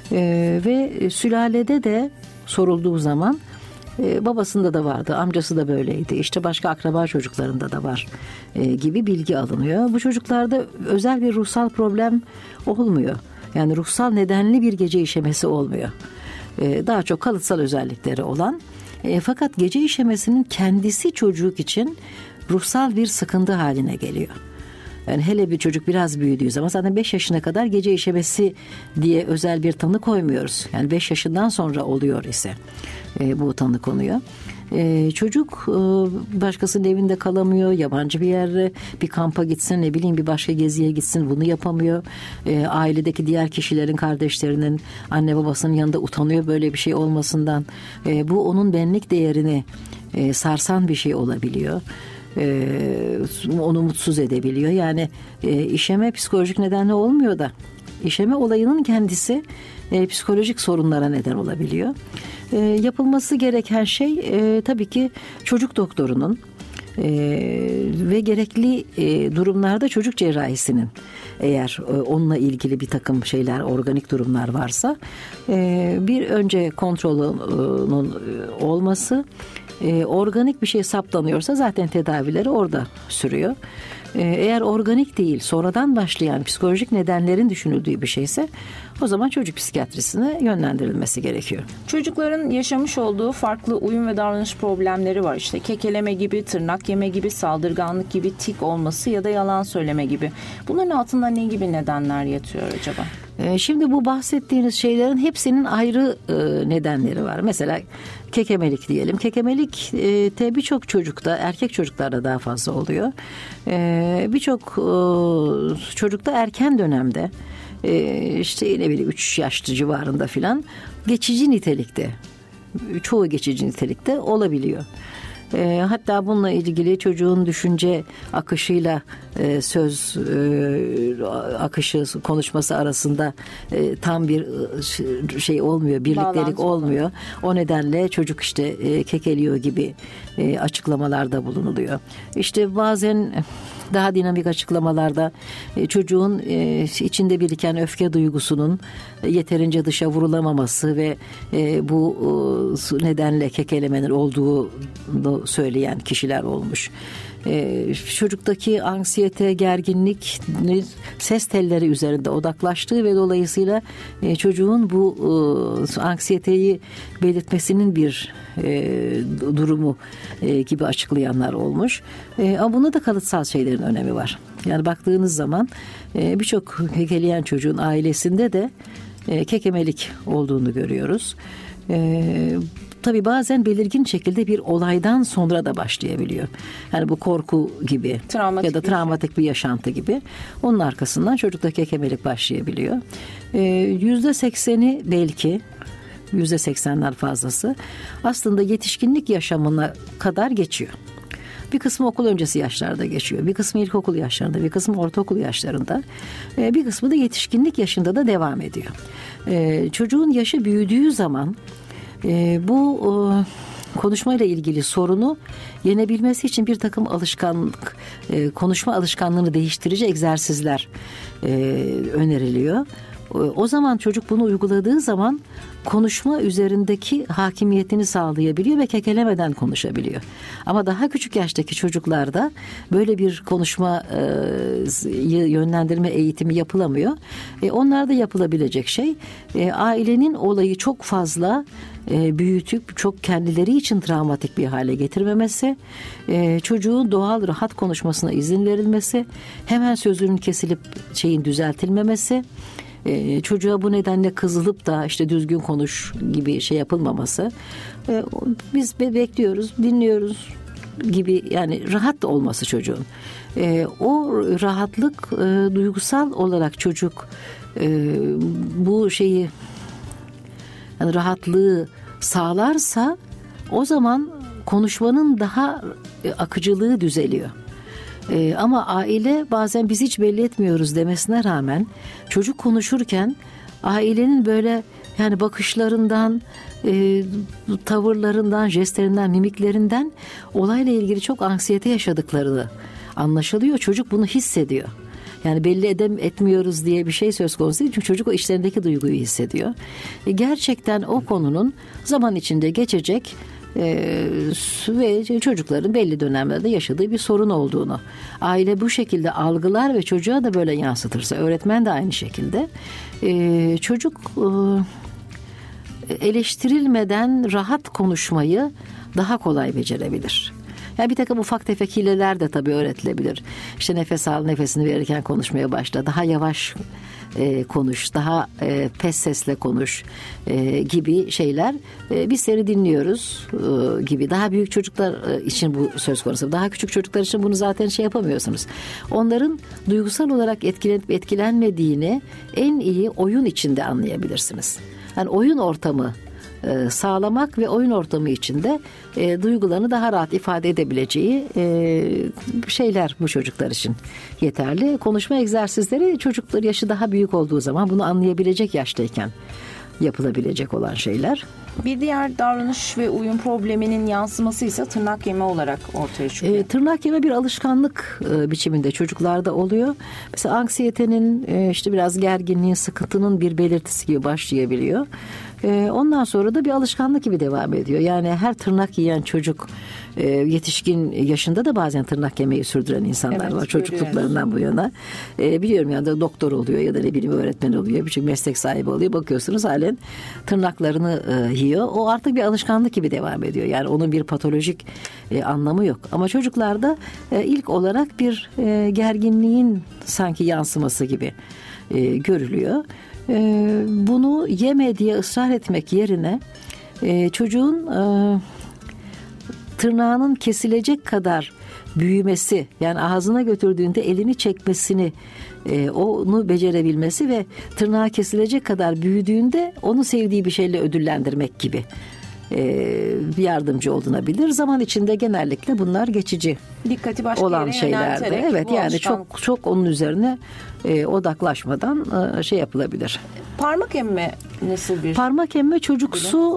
S3: ve sülalede de sorulduğu zaman babasında da vardı, amcası da böyleydi, başka akraba çocuklarında da var gibi bilgi alınıyor. Bu çocuklarda özel bir ruhsal problem olmuyor. Yani ruhsal nedenli bir gece işemesi olmuyor. Daha çok kalıtsal özellikleri olan, fakat gece işemesinin kendisi çocuk için ruhsal bir sıkıntı haline geliyor. Yani hele bir çocuk biraz büyüdüğü zaman, zaten 5 yaşına kadar gece işemesi diye özel bir tanı koymuyoruz. Yani 5 yaşından sonra oluyor ise bu tanı konuyor. Çocuk başkasının evinde kalamıyor, yabancı bir yere bir kampa gitsin, bir başka geziye gitsin, bunu yapamıyor. Ailedeki diğer kişilerin, kardeşlerinin, anne babasının yanında utanıyor böyle bir şey olmasından. Bu onun benlik değerini sarsan bir şey olabiliyor. Onu mutsuz edebiliyor. Yani işeme psikolojik nedenle olmuyor da işeme olayının kendisi psikolojik sorunlara neden olabiliyor. Yapılması gereken şey tabii ki çocuk doktorunun ve gerekli durumlarda çocuk cerrahisinin, eğer onunla ilgili bir takım şeyler, organik durumlar varsa bir önce kontrolünün olması, organik bir şey saptanıyorsa zaten tedavileri orada sürüyor. Eğer organik değil, sonradan başlayan psikolojik nedenlerin düşünüldüğü bir şeyse, o zaman çocuk psikiyatrisine yönlendirilmesi gerekiyor.
S2: Çocukların yaşamış olduğu farklı uyum ve davranış problemleri var. Kekeleme gibi, tırnak yeme gibi, saldırganlık gibi, tik olması ya da yalan söyleme gibi. Bunların altında ne gibi nedenler yatıyor acaba?
S3: Şimdi bu bahsettiğiniz şeylerin hepsinin ayrı nedenleri var. Mesela kekemelik diyelim. Kekemelik birçok çocukta, erkek çocuklarda daha fazla oluyor. Birçok çocukta erken dönemde, 3 yaş civarında filan, geçici nitelikte, çoğu geçici nitelikte olabiliyor. Hatta bununla ilgili çocuğun düşünce akışıyla söz akışı, konuşması arasında tam bir şey olmuyor, birliktelik olmuyor. O nedenle çocuk kekeliyor gibi açıklamalarda bulunuluyor. Bazen daha dinamik açıklamalarda çocuğun içinde biriken öfke duygusunun yeterince dışa vurulamaması ve bu nedenle kekelemenin olduğunu söyleyen kişiler olmuş. çocuktaki anksiyete, gerginlik ses telleri üzerinde odaklaştığı ve dolayısıyla çocuğun bu anksiyeteyi belirtmesinin bir durumu gibi açıklayanlar olmuş. Ama bunda da kalıtsal şeylerin önemi var. Yani baktığınız zaman birçok kekeleyen çocuğun ailesinde de kekemelik olduğunu görüyoruz. Tabii bazen belirgin şekilde bir olaydan sonra da başlayabiliyor. Yani bu korku gibi ya da travmatik bir yaşantı gibi. Onun arkasından çocukta kekemelik başlayabiliyor. %80'i belki, %80'ler fazlası aslında yetişkinlik yaşamına kadar geçiyor. Bir kısmı okul öncesi yaşlarda geçiyor. Bir kısmı ilkokul yaşlarında, bir kısmı ortaokul yaşlarında. Bir kısmı da yetişkinlik yaşında da devam ediyor. Çocuğun yaşı büyüdüğü zaman bu konuşmayla ilgili sorunu yenebilmesi için bir takım alışkanlık, konuşma alışkanlığını değiştirici egzersizler öneriliyor. O zaman çocuk bunu uyguladığı zaman konuşma üzerindeki hakimiyetini sağlayabiliyor ve kekelemeden konuşabiliyor. Ama daha küçük yaştaki çocuklarda böyle bir konuşma yönlendirme eğitimi yapılamıyor. Onlarda yapılabilecek şey ailenin olayı çok fazla büyütüp çok kendileri için travmatik bir hale getirmemesi, çocuğun doğal rahat konuşmasına izin verilmesi, hemen sözünün kesilip düzeltilmemesi, çocuğa bu nedenle kızılıp da işte düzgün konuş gibi şey yapılmaması. Biz bekliyoruz, dinliyoruz gibi, yani rahat da olması çocuğun. O rahatlık duygusal olarak çocuk bu şeyi, yani rahatlığı sağlarsa o zaman konuşmanın daha akıcılığı düzeliyor. Ama aile bazen biz hiç belli etmiyoruz demesine rağmen çocuk konuşurken ailenin böyle yani bakışlarından, tavırlarından, jestlerinden, mimiklerinden olayla ilgili çok anksiyete yaşadıkları anlaşılıyor. Çocuk bunu hissediyor. Yani belli etmiyoruz diye bir şey söz konusu değil. Çünkü çocuk o içlerindeki duyguyu hissediyor. Gerçekten o konunun zaman içinde geçecek ve çocukların belli dönemlerde yaşadığı bir sorun olduğunu aile bu şekilde algılar ve çocuğa da böyle yansıtırsa, öğretmen de aynı şekilde, çocuk eleştirilmeden rahat konuşmayı daha kolay becerebilir. Yani bir takım ufak tefek hileler de tabii öğretilebilir. İşte nefes al, nefesini verirken konuşmaya başla, daha yavaş konuş, daha pes sesle konuş gibi şeyler. Biz seni dinliyoruz gibi. Daha büyük çocuklar için bu söz konusu. Daha küçük çocuklar için bunu zaten yapamıyorsunuz. Onların duygusal olarak etkilenmediğini en iyi oyun içinde anlayabilirsiniz. Yani oyun ortamı sağlamak ve oyun ortamı içinde duygularını daha rahat ifade edebileceği şeyler bu çocuklar için yeterli. Konuşma egzersizleri çocuklar yaşı daha büyük olduğu zaman bunu anlayabilecek yaştayken yapılabilecek olan şeyler.
S2: Bir diğer davranış ve uyum probleminin yansıması ise tırnak yeme olarak ortaya çıkıyor.
S3: Tırnak yeme bir alışkanlık biçiminde çocuklarda oluyor. Mesela anksiyetenin, işte biraz gerginliğin, sıkıntının bir belirtisi gibi başlayabiliyor. Ondan sonra da bir alışkanlık gibi devam ediyor. Yani her tırnak yiyen çocuk yetişkin yaşında da bazen tırnak yemeyi sürdüren insanlar var çocukluklarından bu yana. Biliyorum ya da doktor oluyor ya da ne bileyim öğretmen oluyor. Birçok meslek sahibi oluyor. Bakıyorsunuz halen tırnaklarını yiyor. O artık bir alışkanlık gibi devam ediyor. Yani onun bir patolojik anlamı yok. Ama çocuklarda ilk olarak bir gerginliğin sanki yansıması gibi görülüyor. Bunu yeme diye ısrar etmek yerine çocuğun tırnağının kesilecek kadar büyümesi, yani ağzına götürdüğünde elini çekmesini, onu becerebilmesi ve tırnağı kesilecek kadar büyüdüğünde onu sevdiği bir şeyle ödüllendirmek gibi yardımcı olunabilir. Zaman içinde genellikle bunlar geçici
S2: dikkati başka
S3: olan şeylerde. Evet, yani çok onun üzerine odaklaşmadan yapılabilir.
S2: Parmak emme nasıl bir?
S3: Parmak emme çocuksu,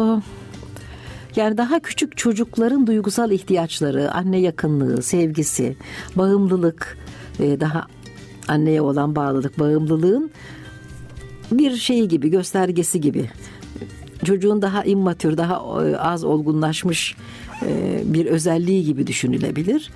S3: yani daha küçük çocukların duygusal ihtiyaçları, anne yakınlığı, sevgisi, bağımlılık, daha anneye olan bağlılık, bağımlılığın bir şeyi gibi, göstergesi gibi. Çocuğun daha immatür, daha az olgunlaşmış bir özelliği gibi düşünülebilir.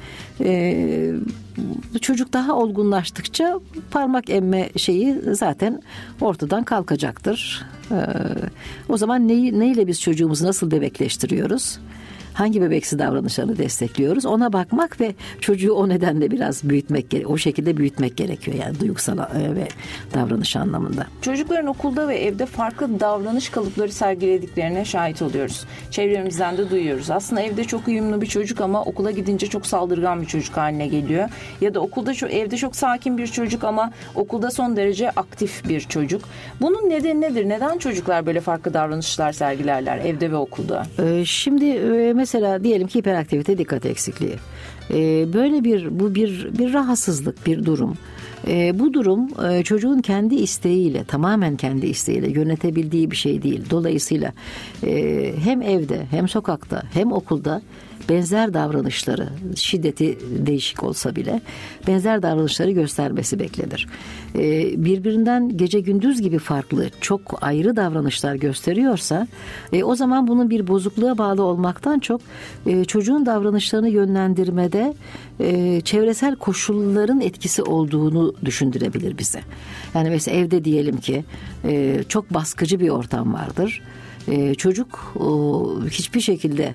S3: Çocuk daha olgunlaştıkça parmak emme şeyi zaten ortadan kalkacaktır. O zaman neyle biz çocuğumuzu nasıl bebekleştiriyoruz? Hangi bebeksi davranışlarını destekliyoruz? Ona bakmak ve çocuğu o nedenle biraz o şekilde büyütmek gerekiyor. Yani duygusal ve davranış anlamında.
S2: Çocukların okulda ve evde farklı davranış kalıpları sergilediklerine şahit oluyoruz. Çevremizden de duyuyoruz. Aslında evde çok uyumlu bir çocuk ama okula gidince çok saldırgan bir çocuk haline geliyor. Ya da evde çok sakin bir çocuk ama okulda son derece aktif bir çocuk. Bunun nedeni nedir? Neden çocuklar böyle farklı davranışlar sergilerler evde ve okulda?
S3: Şimdi mesela diyelim ki hiperaktivite, dikkat eksikliği. Böyle bir rahatsızlık, bir durum. Bu durum çocuğun kendi isteğiyle, tamamen kendi isteğiyle yönetebildiği bir şey değil. Dolayısıyla hem evde, hem sokakta, hem okulda benzer davranışları, şiddeti değişik olsa bile benzer davranışları göstermesi beklenir. Birbirinden gece gündüz gibi farklı, çok ayrı davranışlar gösteriyorsa o zaman bunun bir bozukluğa bağlı olmaktan çok çocuğun davranışlarını yönlendirmede çevresel koşulların etkisi olduğunu düşündürebilir bize. Yani mesela evde diyelim ki çok baskıcı bir ortam vardır. Çocuk hiçbir şekilde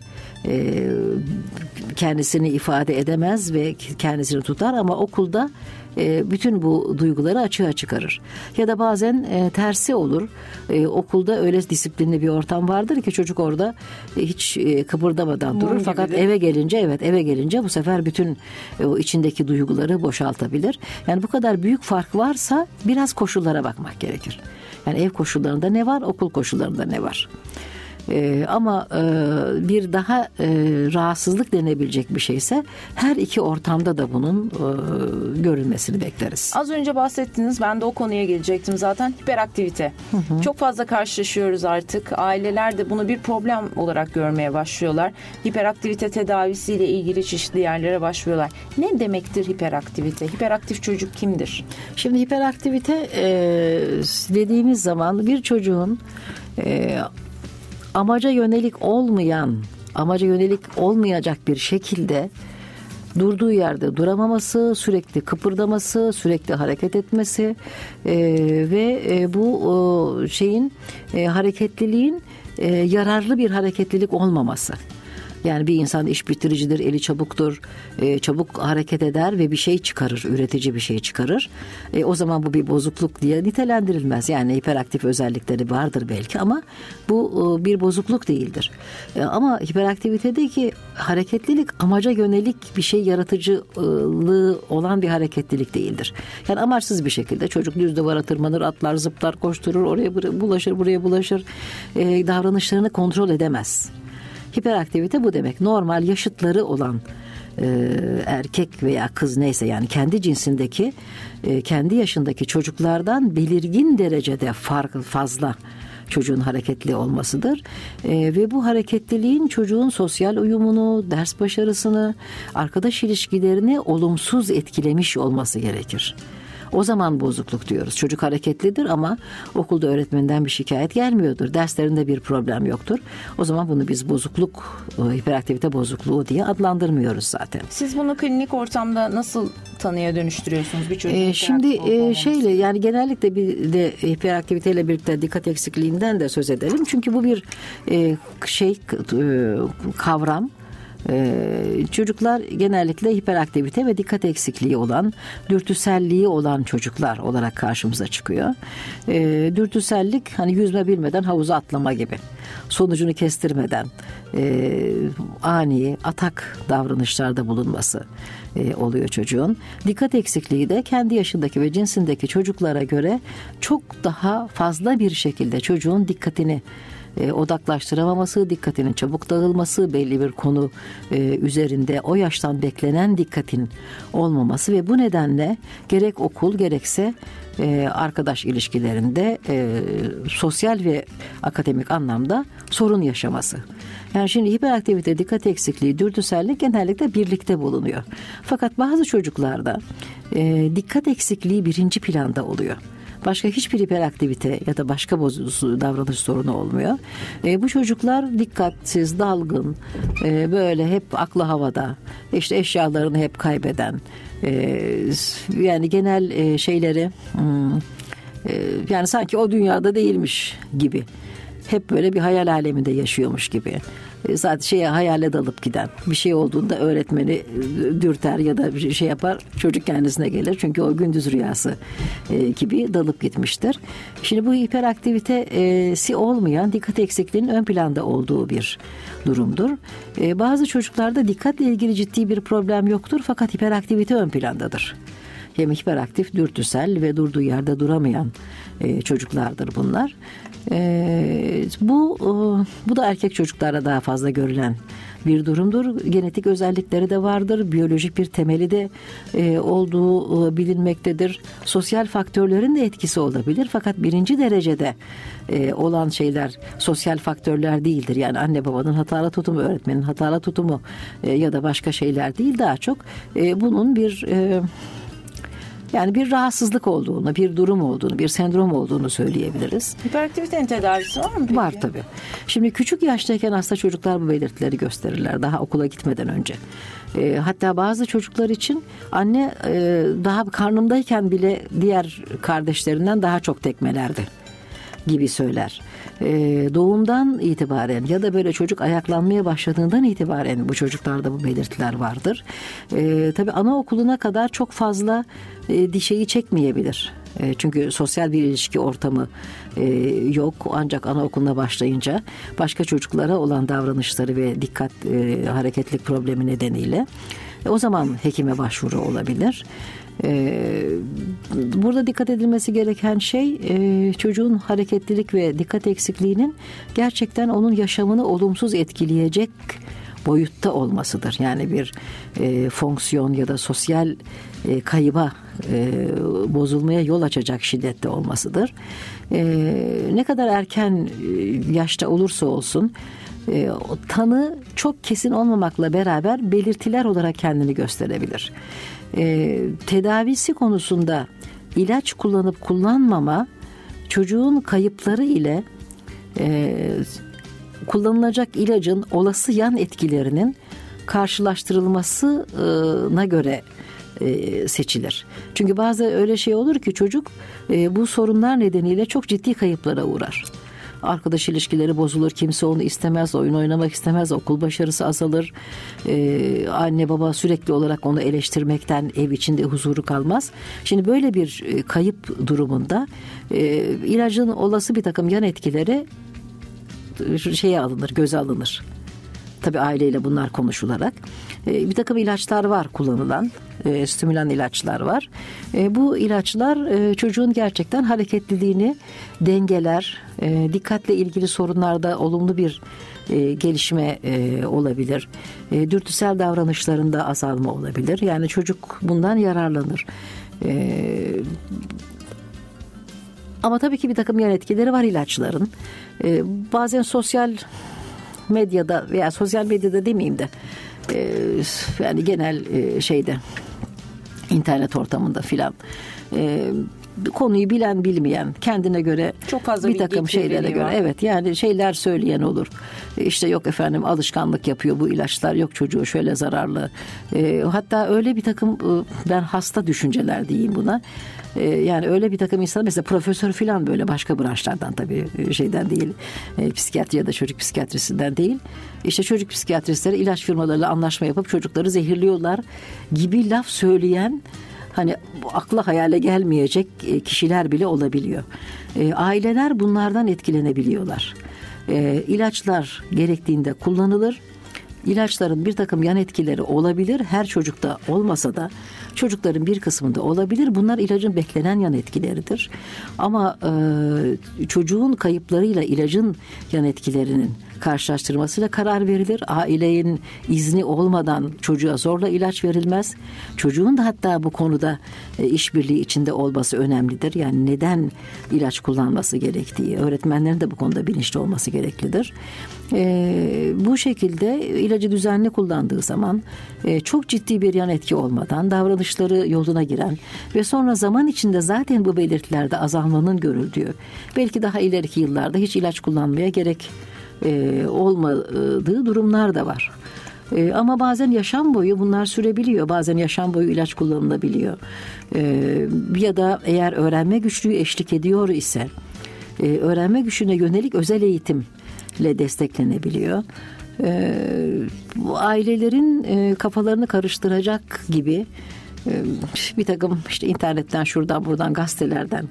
S3: kendisini ifade edemez ve kendisini tutar ama okulda bütün bu duyguları açığa çıkarır. Ya da bazen tersi olur. Okulda öyle disiplinli bir ortam vardır ki çocuk orada hiç kıpırdamadan durur. Fakat eve gelince bu sefer bütün içindeki duyguları boşaltabilir. Yani bu kadar büyük fark varsa biraz koşullara bakmak gerekir. Yani ev koşullarında ne var, okul koşullarında ne var? Ama bir daha rahatsızlık denebilecek bir şeyse her iki ortamda da bunun görülmesini bekleriz.
S2: Az önce bahsettiniz, ben de o konuya gelecektim zaten, hiperaktivite. Çok fazla karşılaşıyoruz artık. Aileler de bunu bir problem olarak görmeye başlıyorlar. Hiperaktivite tedavisiyle ilgili çeşitli yerlere başvuruyorlar. Ne demektir hiperaktivite? Hiperaktif çocuk kimdir?
S3: Şimdi hiperaktivite dediğimiz zaman bir çocuğun amaca yönelik olmayacak bir şekilde durduğu yerde duramaması, sürekli kıpırdaması, sürekli hareket etmesi ve bu hareketliliğin yararlı bir hareketlilik olmaması. Yani bir insan iş bitiricidir, eli çabuktur, çabuk hareket eder ve bir şey çıkarır, üretici bir şey çıkarır. O zaman bu bir bozukluk diye nitelendirilmez. Yani hiperaktif özellikleri vardır belki ama bu bir bozukluk değildir. Ama hiperaktivitedeki hareketlilik amaca yönelik bir şey yaratıcılığı olan bir hareketlilik değildir. Yani amaçsız bir şekilde çocuk düz duvara tırmanır, atlar, zıplar, koşturur, oraya bulaşır, buraya bulaşır. Davranışlarını kontrol edemez. Hiperaktivite bu demek. Normal yaşıtları olan erkek veya kız neyse, yani kendi cinsindeki, kendi yaşındaki çocuklardan belirgin derecede fazla çocuğun hareketli olmasıdır. Ve bu hareketliliğin çocuğun sosyal uyumunu, ders başarısını, arkadaş ilişkilerini olumsuz etkilemiş olması gerekir. O zaman bozukluk diyoruz. Çocuk hareketlidir ama okulda öğretmeninden bir şikayet gelmiyordur. Derslerinde bir problem yoktur. O zaman bunu biz bozukluk, hiperaktivite bozukluğu diye adlandırmıyoruz zaten.
S2: Siz bunu klinik ortamda nasıl tanıya dönüştürüyorsunuz bir çocuğun?
S3: Şimdi yani genellikle bir de hiperaktiviteyle birlikte dikkat eksikliğinden de söz edelim. Çünkü bu bir kavram. Çocuklar genellikle hiperaktivite ve dikkat eksikliği olan, dürtüselliği olan çocuklar olarak karşımıza çıkıyor. Dürtüsellik hani yüzme bilmeden havuza atlama gibi. Sonucunu kestirmeden ani, atak davranışlarda bulunması oluyor çocuğun. Dikkat eksikliği de kendi yaşındaki ve cinsindeki çocuklara göre çok daha fazla bir şekilde çocuğun dikkatini odaklaştıramaması, dikkatinin çabuk dağılması, belli bir konu üzerinde o yaştan beklenen dikkatin olmaması ve bu nedenle gerek okul gerekse arkadaş ilişkilerinde sosyal ve akademik anlamda sorun yaşaması. Yani şimdi hiperaktivite, dikkat eksikliği, dürtüsellik genellikle birlikte bulunuyor. Fakat bazı çocuklarda dikkat eksikliği birinci planda oluyor. Başka hiçbir hiperaktivite ya da başka davranış sorunu olmuyor. Bu çocuklar dikkatsiz, dalgın, böyle hep aklı havada, işte eşyalarını hep kaybeden, yani genel şeyleri, yani sanki o dünyada değilmiş gibi. Hep böyle bir hayal aleminde yaşıyormuş gibi. Sadece hayale dalıp giden. Bir şey olduğunda öğretmeni dürter ya da bir şey yapar. Çocuk kendisine gelir. Çünkü o gündüz rüyası gibi dalıp gitmiştir. Şimdi bu hiperaktivitesi olmayan dikkat eksikliğinin ön planda olduğu bir durumdur. Bazı çocuklarda dikkatle ilgili ciddi bir problem yoktur. Fakat hiperaktivite ön plandadır. Hem hiperaktif, dürtüsel ve durduğu yerde duramayan çocuklardır bunlar. Bu da erkek çocuklarda daha fazla görülen bir durumdur. Genetik özellikleri de vardır. Biyolojik bir temeli de olduğu bilinmektedir. Sosyal faktörlerin de etkisi olabilir. Fakat birinci derecede olan şeyler sosyal faktörler değildir. Yani anne babanın hatalı tutumu, öğretmenin hatalı tutumu ya da başka şeyler değil. Daha çok bunun yani bir rahatsızlık olduğunu, bir durum olduğunu, bir sendrom olduğunu söyleyebiliriz.
S2: Hiperaktivitenin tedavisi var mı peki?
S3: Var tabii. Şimdi küçük yaştayken hasta çocuklar bu belirtileri gösterirler daha okula gitmeden önce. Hatta bazı çocuklar için anne daha karnımdayken bile diğer kardeşlerinden daha çok tekmelerdi gibi söyler. Doğumdan itibaren ya da böyle çocuk ayaklanmaya başladığından itibaren bu çocuklarda bu belirtiler vardır. Tabii anaokuluna kadar çok fazla dişeyi çekmeyebilir. Çünkü sosyal bir ilişki ortamı yok. Ancak anaokuluna başlayınca başka çocuklara olan davranışları ve dikkat hareketlilik problemi nedeniyle o zaman hekime başvuru olabilir. Burada dikkat edilmesi gereken şey çocuğun hareketlilik ve dikkat eksikliğinin gerçekten onun yaşamını olumsuz etkileyecek boyutta olmasıdır. Yani bir fonksiyon ya da sosyal kayıba, bozulmaya yol açacak şiddette olmasıdır. Ne kadar erken yaşta olursa olsun tanı çok kesin olmamakla beraber belirtiler olarak kendini gösterebilir. Tedavisi konusunda ilaç kullanıp kullanmama çocuğun kayıpları ile kullanılacak ilacın olası yan etkilerinin karşılaştırılmasına göre seçilir. Çünkü bazen öyle şey olur ki çocuk bu sorunlar nedeniyle çok ciddi kayıplara uğrar. Arkadaş ilişkileri bozulur, kimse onu istemez, oyun oynamak istemez, okul başarısı azalır. Anne baba sürekli olarak onu eleştirmekten ev içinde huzuru kalmaz. Şimdi böyle bir kayıp durumunda ilacın olası bir takım yan etkileri göze alınır. Tabii aileyle bunlar konuşularak. Bir takım ilaçlar var kullanılan, stimülan ilaçlar var. Bu ilaçlar çocuğun gerçekten hareketliliğini dengeler, dikkatle ilgili sorunlarda olumlu bir gelişme olabilir. Dürtüsel davranışlarında azalma olabilir. Yani çocuk bundan yararlanır. Ama tabii ki bir takım yan etkileri var ilaçların. Bazen sosyal medyada veya sosyal medyada demeyeyim de yani genel şeyde internet ortamında filan konuyu bilen bilmeyen kendine göre çok fazla bir takım şeylere göre evet yani şeyler söyleyen olur. İşte yok efendim alışkanlık yapıyor bu ilaçlar, yok çocuğu şöyle zararlı. Hatta öyle bir takım ben hasta düşünceler diyeyim buna. Yani öyle bir takım insan mesela profesör filan böyle başka branşlardan tabii şeyden değil, psikiyatri ya da çocuk psikiyatrisinden değil. İşte çocuk psikiyatristleri ilaç firmalarıyla anlaşma yapıp çocukları zehirliyorlar gibi laf söyleyen hani akla hayale gelmeyecek kişiler bile olabiliyor. Aileler bunlardan etkilenebiliyorlar. İlaçlar gerektiğinde kullanılır. İlaçların bir takım yan etkileri olabilir. Her çocukta olmasa da çocukların bir kısmında olabilir. Bunlar ilacın beklenen yan etkileridir. Ama çocuğun kayıplarıyla ilacın yan etkilerinin karşılaştırmasıyla karar verilir. Ailenin izni olmadan çocuğa zorla ilaç verilmez. Çocuğun da hatta bu konuda işbirliği içinde olması önemlidir. Yani neden ilaç kullanması gerektiği, öğretmenlerin de bu konuda bilinçli olması gereklidir. Bu şekilde ilacı düzenli kullandığı zaman çok ciddi bir yan etki olmadan davranışları yoluna giren ve sonra zaman içinde zaten bu belirtilerde azalmanın görüldüğü, belki daha ileriki yıllarda hiç ilaç kullanmaya gerek olmadığı durumlar da var. Ama bazen yaşam boyu bunlar sürebiliyor. Bazen yaşam boyu ilaç kullanılabiliyor. Ya da eğer öğrenme güçlüğü eşlik ediyor ise öğrenme güçlüğüne yönelik özel eğitimle desteklenebiliyor. Bu ailelerin kafalarını karıştıracak gibi bir takım işte internetten, şuradan buradan, gazetelerden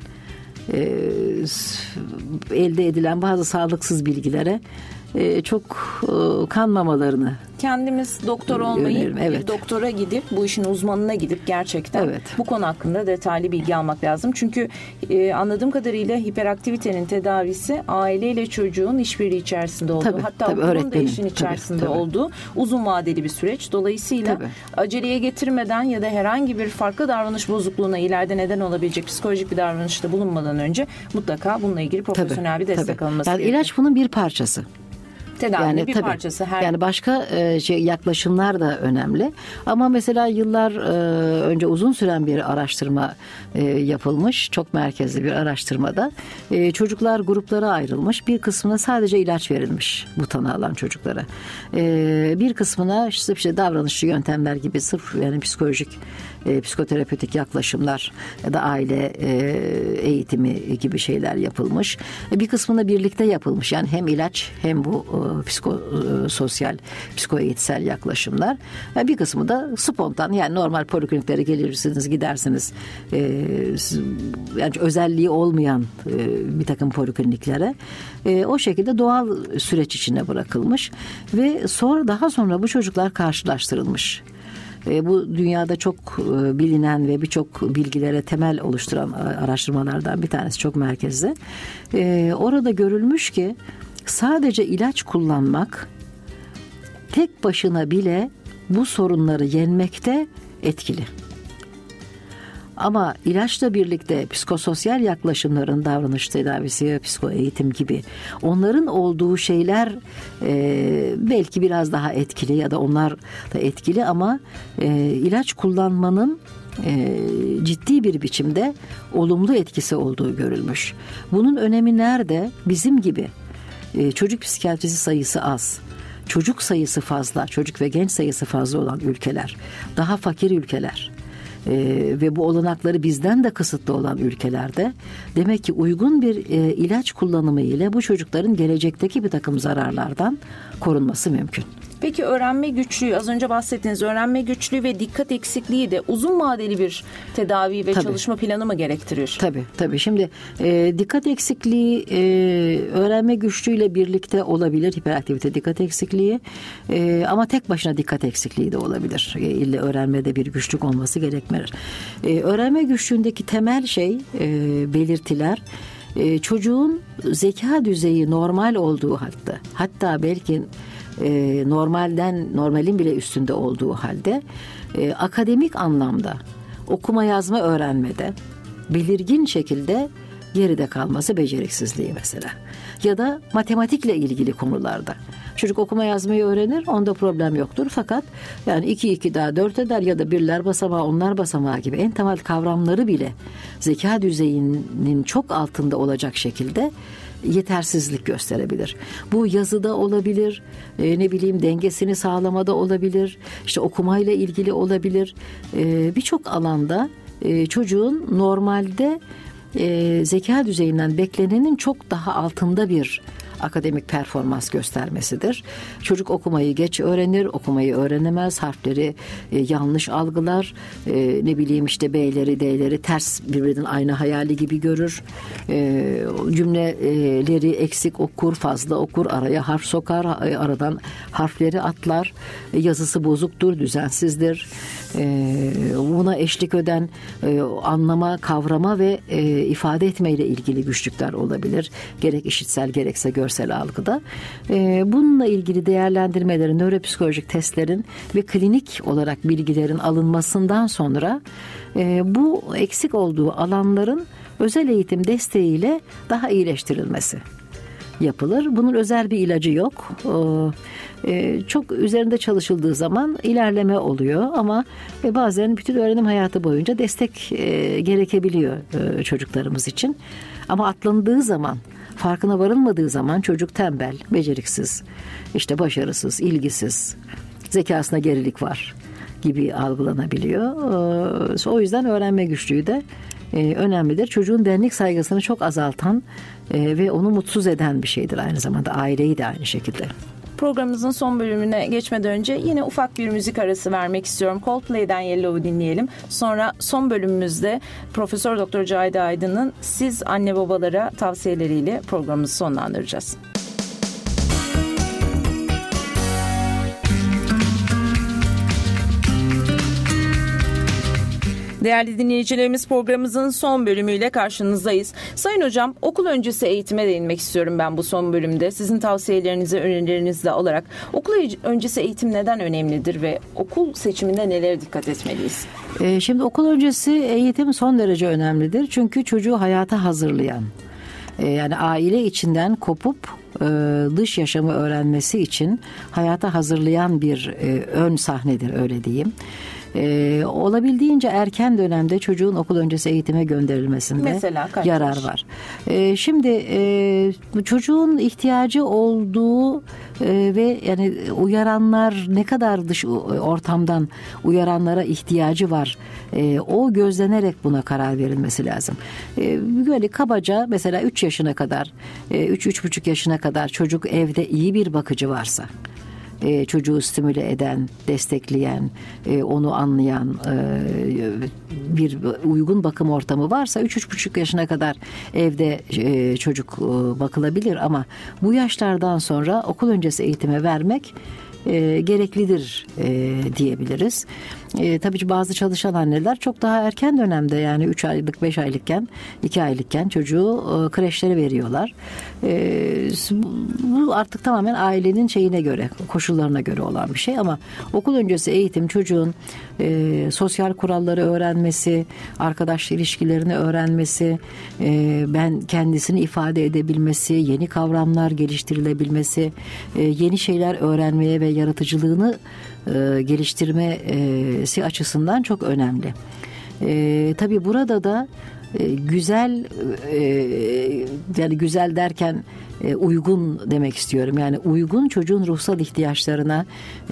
S3: elde edilen bazı sağlıksız bilgilere çok kanmamalarını
S2: kendimiz doktor olmayıp
S3: evet.
S2: bir doktora gidip bu işin uzmanına gidip gerçekten bu konu hakkında detaylı bilgi almak lazım. Çünkü anladığım kadarıyla hiperaktivitenin tedavisi aileyle çocuğun işbirliği içerisinde olduğu, hatta okulun da işin içerisinde olduğu uzun vadeli bir süreç. Dolayısıyla aceleye getirmeden ya da herhangi bir farklı davranış bozukluğuna ileride neden olabilecek psikolojik bir davranışta bulunmadan önce mutlaka bununla ilgili profesyonel bir destek alınması gerekiyor.
S3: İlaç bunun bir parçası.
S2: Tedavinin bir parçası.
S3: Yani başka yaklaşımlar da önemli. Ama mesela yıllar önce uzun süren bir araştırma yapılmış. Çok merkezli bir araştırmada. Çocuklar gruplara ayrılmış. Bir kısmına sadece ilaç verilmiş bu tanı alan çocuklara. Bir kısmına işte davranışçı yöntemler gibi sırf yani psikolojik, psikoterapötik yaklaşımlar ya da aile eğitimi gibi şeyler yapılmış. Bir kısmına birlikte yapılmış. Yani hem ilaç hem bu psikososyal, psikoeğitsel yaklaşımlar. Bir kısmı da spontan, yani normal polikliniklere gelirsiniz, gidersiniz. Yani özelliği olmayan bir takım polikliniklere o şekilde doğal süreç içine bırakılmış ve daha sonra bu çocuklar karşılaştırılmış. Bu dünyada çok bilinen ve birçok bilgilere temel oluşturan araştırmalardan bir tanesi, çok merkezli. Orada görülmüş ki sadece ilaç kullanmak tek başına bile bu sorunları yenmekte etkili. Ama ilaçla birlikte psikososyal yaklaşımların, davranış tedavisi, psikoeğitim gibi onların olduğu şeyler belki biraz daha etkili ya da onlar da etkili ama ilaç kullanmanın ciddi bir biçimde olumlu etkisi olduğu görülmüş. Bunun önemi nerede? Bizim gibi çocuk psikiyatrisi sayısı az, çocuk sayısı fazla, çocuk ve genç sayısı fazla olan ülkeler, daha fakir ülkeler ve bu olanakları bizden de kısıtlı olan ülkelerde demek ki uygun bir ilaç kullanımı ile bu çocukların gelecekteki bir takım zararlardan korunması mümkün.
S2: Peki öğrenme güçlüğü, az önce bahsettiğiniz öğrenme güçlüğü ve dikkat eksikliği de uzun vadeli bir tedavi ve çalışma planı mı gerektirir?
S3: Tabii. Şimdi dikkat eksikliği öğrenme güçlüğüyle birlikte olabilir, hiperaktivite dikkat eksikliği, ama tek başına dikkat eksikliği de olabilir. İlle öğrenmede bir güçlük olması gerekmez. Öğrenme güçlüğündeki temel belirtiler çocuğun zeka düzeyi normal olduğu halde, hatta belki normalin bile üstünde olduğu halde akademik anlamda okuma yazma öğrenmede belirgin şekilde geride kalması, beceriksizliği mesela. Ya da matematikle ilgili konularda. Çocuk okuma yazmayı öğrenir, onda problem yoktur. Fakat yani 2 daha 4 eder ya da birler basamağı, onlar basamağı gibi en temel kavramları bile zeka düzeyinin çok altında olacak şekilde yetersizlik gösterebilir. Bu yazıda olabilir, dengesini sağlamada olabilir, işte okumayla ilgili olabilir. Birçok alanda çocuğun normalde zeka düzeyinden beklenenin çok daha altında bir akademik performans göstermesidir. Çocuk okumayı geç öğrenir, okumayı öğrenemez, harfleri yanlış algılar, B'leri, D'leri ters, birbirinin aynı hayali gibi görür. Cümleleri eksik okur, fazla okur, araya harf sokar, aradan harfleri atlar, yazısı bozuktur, düzensizdir. Buna eşlik eden anlama, kavrama ve ifade etmeyle ilgili güçlükler olabilir. Gerek işitsel gerekse görsel görsel algıda. Bununla ilgili değerlendirmelerin, nöropsikolojik testlerin ve klinik olarak bilgilerin alınmasından sonra bu eksik olduğu alanların özel eğitim desteğiyle daha iyileştirilmesi yapılır. Bunun özel bir ilacı yok. Çok üzerinde çalışıldığı zaman ilerleme oluyor ama bazen bütün öğrenim hayatı boyunca destek gerekebiliyor çocuklarımız için. Ama atlandığı zaman, farkına varılmadığı zaman çocuk tembel, beceriksiz, işte başarısız, ilgisiz, zekasına gerilik var gibi algılanabiliyor. O yüzden öğrenme güçlüğü de önemlidir. Çocuğun benlik saygısını çok azaltan ve onu mutsuz eden bir şeydir aynı zamanda. Aileyi de aynı şekilde.
S2: Programımızın son bölümüne geçmeden önce yine ufak bir müzik arası vermek istiyorum. Coldplay'den Yellow'u dinleyelim. Sonra son bölümümüzde Profesör Doktor Cahide Aydın'ın siz anne babalara tavsiyeleriyle programımızı sonlandıracağız. Değerli dinleyicilerimiz, programımızın son bölümüyle karşınızdayız. Sayın Hocam, okul öncesi eğitime değinmek istiyorum ben bu son bölümde. Sizin tavsiyelerinizi, önerilerinizle alarak okul öncesi eğitim neden önemlidir ve okul seçiminde nelere dikkat etmeliyiz?
S3: Şimdi okul öncesi eğitim son derece önemlidir. Çünkü çocuğu hayata hazırlayan, yani aile içinden kopup dış yaşamı öğrenmesi için hayata hazırlayan bir ön sahnedir, öyle diyeyim. Olabildiğince erken dönemde çocuğun okul öncesi eğitime gönderilmesinde yarar var. Şimdi çocuğun ihtiyacı olduğu ve yani uyaranlar ne kadar dış ortamdan uyaranlara ihtiyacı var, o gözlenerek buna karar verilmesi lazım. Böyle kabaca mesela 3 yaşına kadar, 3-3,5 yaşına kadar çocuk evde iyi bir bakıcı varsa, çocuğu stimüle eden, destekleyen, onu anlayan bir uygun bakım ortamı varsa 3-3,5 yaşına kadar evde çocuk bakılabilir ama bu yaşlardan sonra okul öncesi eğitime vermek gereklidir diyebiliriz. Tabii bazı çalışan anneler çok daha erken dönemde, yani 3 aylık 5 aylıkken 2 aylıkken çocuğu kreşlere veriyorlar. Bu artık tamamen ailenin şeyine göre, koşullarına göre olan bir şey ama okul öncesi eğitim çocuğun sosyal kuralları öğrenmesi, arkadaş ilişkilerini öğrenmesi, ben kendisini ifade edebilmesi, yeni kavramlar geliştirilebilmesi, yeni şeyler öğrenmeye ve yaratıcılığını geliştirmesi açısından çok önemli. Tabii burada da güzel, yani güzel derken uygun demek istiyorum. Yani uygun çocuğun ruhsal ihtiyaçlarına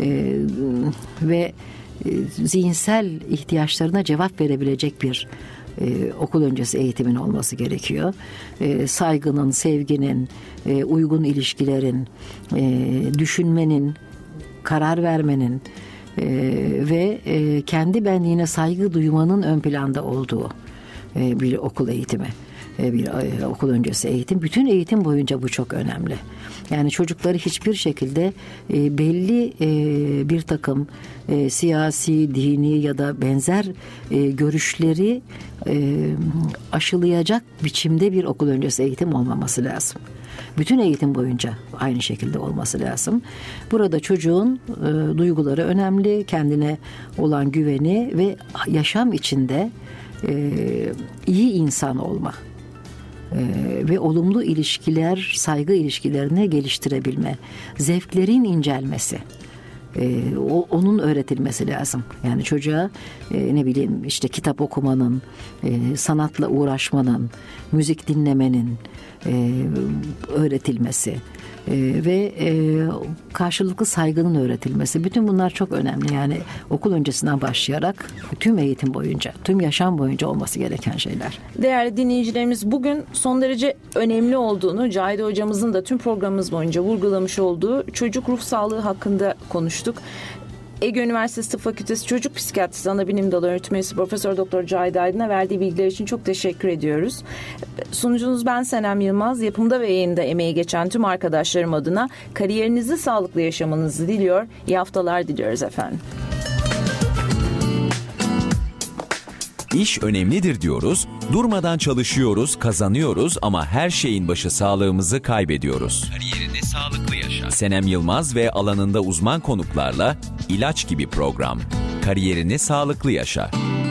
S3: ve zihinsel ihtiyaçlarına cevap verebilecek bir okul öncesi eğitimin olması gerekiyor. Saygının, sevginin, uygun ilişkilerin, düşünmenin, karar vermenin ve kendi benliğine saygı duymanın ön planda olduğu bir okul eğitimi, bir okul öncesi eğitim. Bütün eğitim boyunca bu çok önemli. Yani çocukları hiçbir şekilde belli bir takım siyasi, dini ya da benzer görüşleri aşılayacak biçimde bir okul öncesi eğitim olmaması lazım. Bütün eğitim boyunca aynı şekilde olması lazım. Burada çocuğun duyguları önemli, kendine olan güveni ve yaşam içinde iyi insan olma ve olumlu ilişkiler, saygı ilişkilerini geliştirebilme, zevklerin incelmesi, onun öğretilmesi lazım. Yani çocuğa ne bileyim işte kitap okumanın, sanatla uğraşmanın, müzik dinlemenin öğretilmesi ve karşılıklı saygının öğretilmesi. Bütün bunlar çok önemli. Yani okul öncesinden başlayarak tüm eğitim boyunca, tüm yaşam boyunca olması gereken şeyler.
S2: Değerli dinleyicilerimiz, bugün son derece önemli olduğunu Cahide hocamızın da tüm programımız boyunca vurgulamış olduğu çocuk ruh sağlığı hakkında konuştuk. Ege Üniversitesi Tıp Fakültesi Çocuk Psikiyatrisi Anabilim Dalı Öğretim Üyesi Profesör Doktor Cahide Aydın'a verdiği bilgiler için çok teşekkür ediyoruz. Sunucunuz ben Senem Yılmaz. Yapımda ve yayında emeği geçen tüm arkadaşlarım adına kariyerinizi sağlıklı yaşamanızı diliyor. İyi haftalar diliyoruz efendim.
S1: İş önemlidir diyoruz, durmadan çalışıyoruz, kazanıyoruz ama her şeyin başı sağlığımızı kaybediyoruz. Kariyerini sağlıklı yaşa. Senem Yılmaz ve alanında uzman konuklarla ilaç gibi program. Kariyerini sağlıklı yaşa.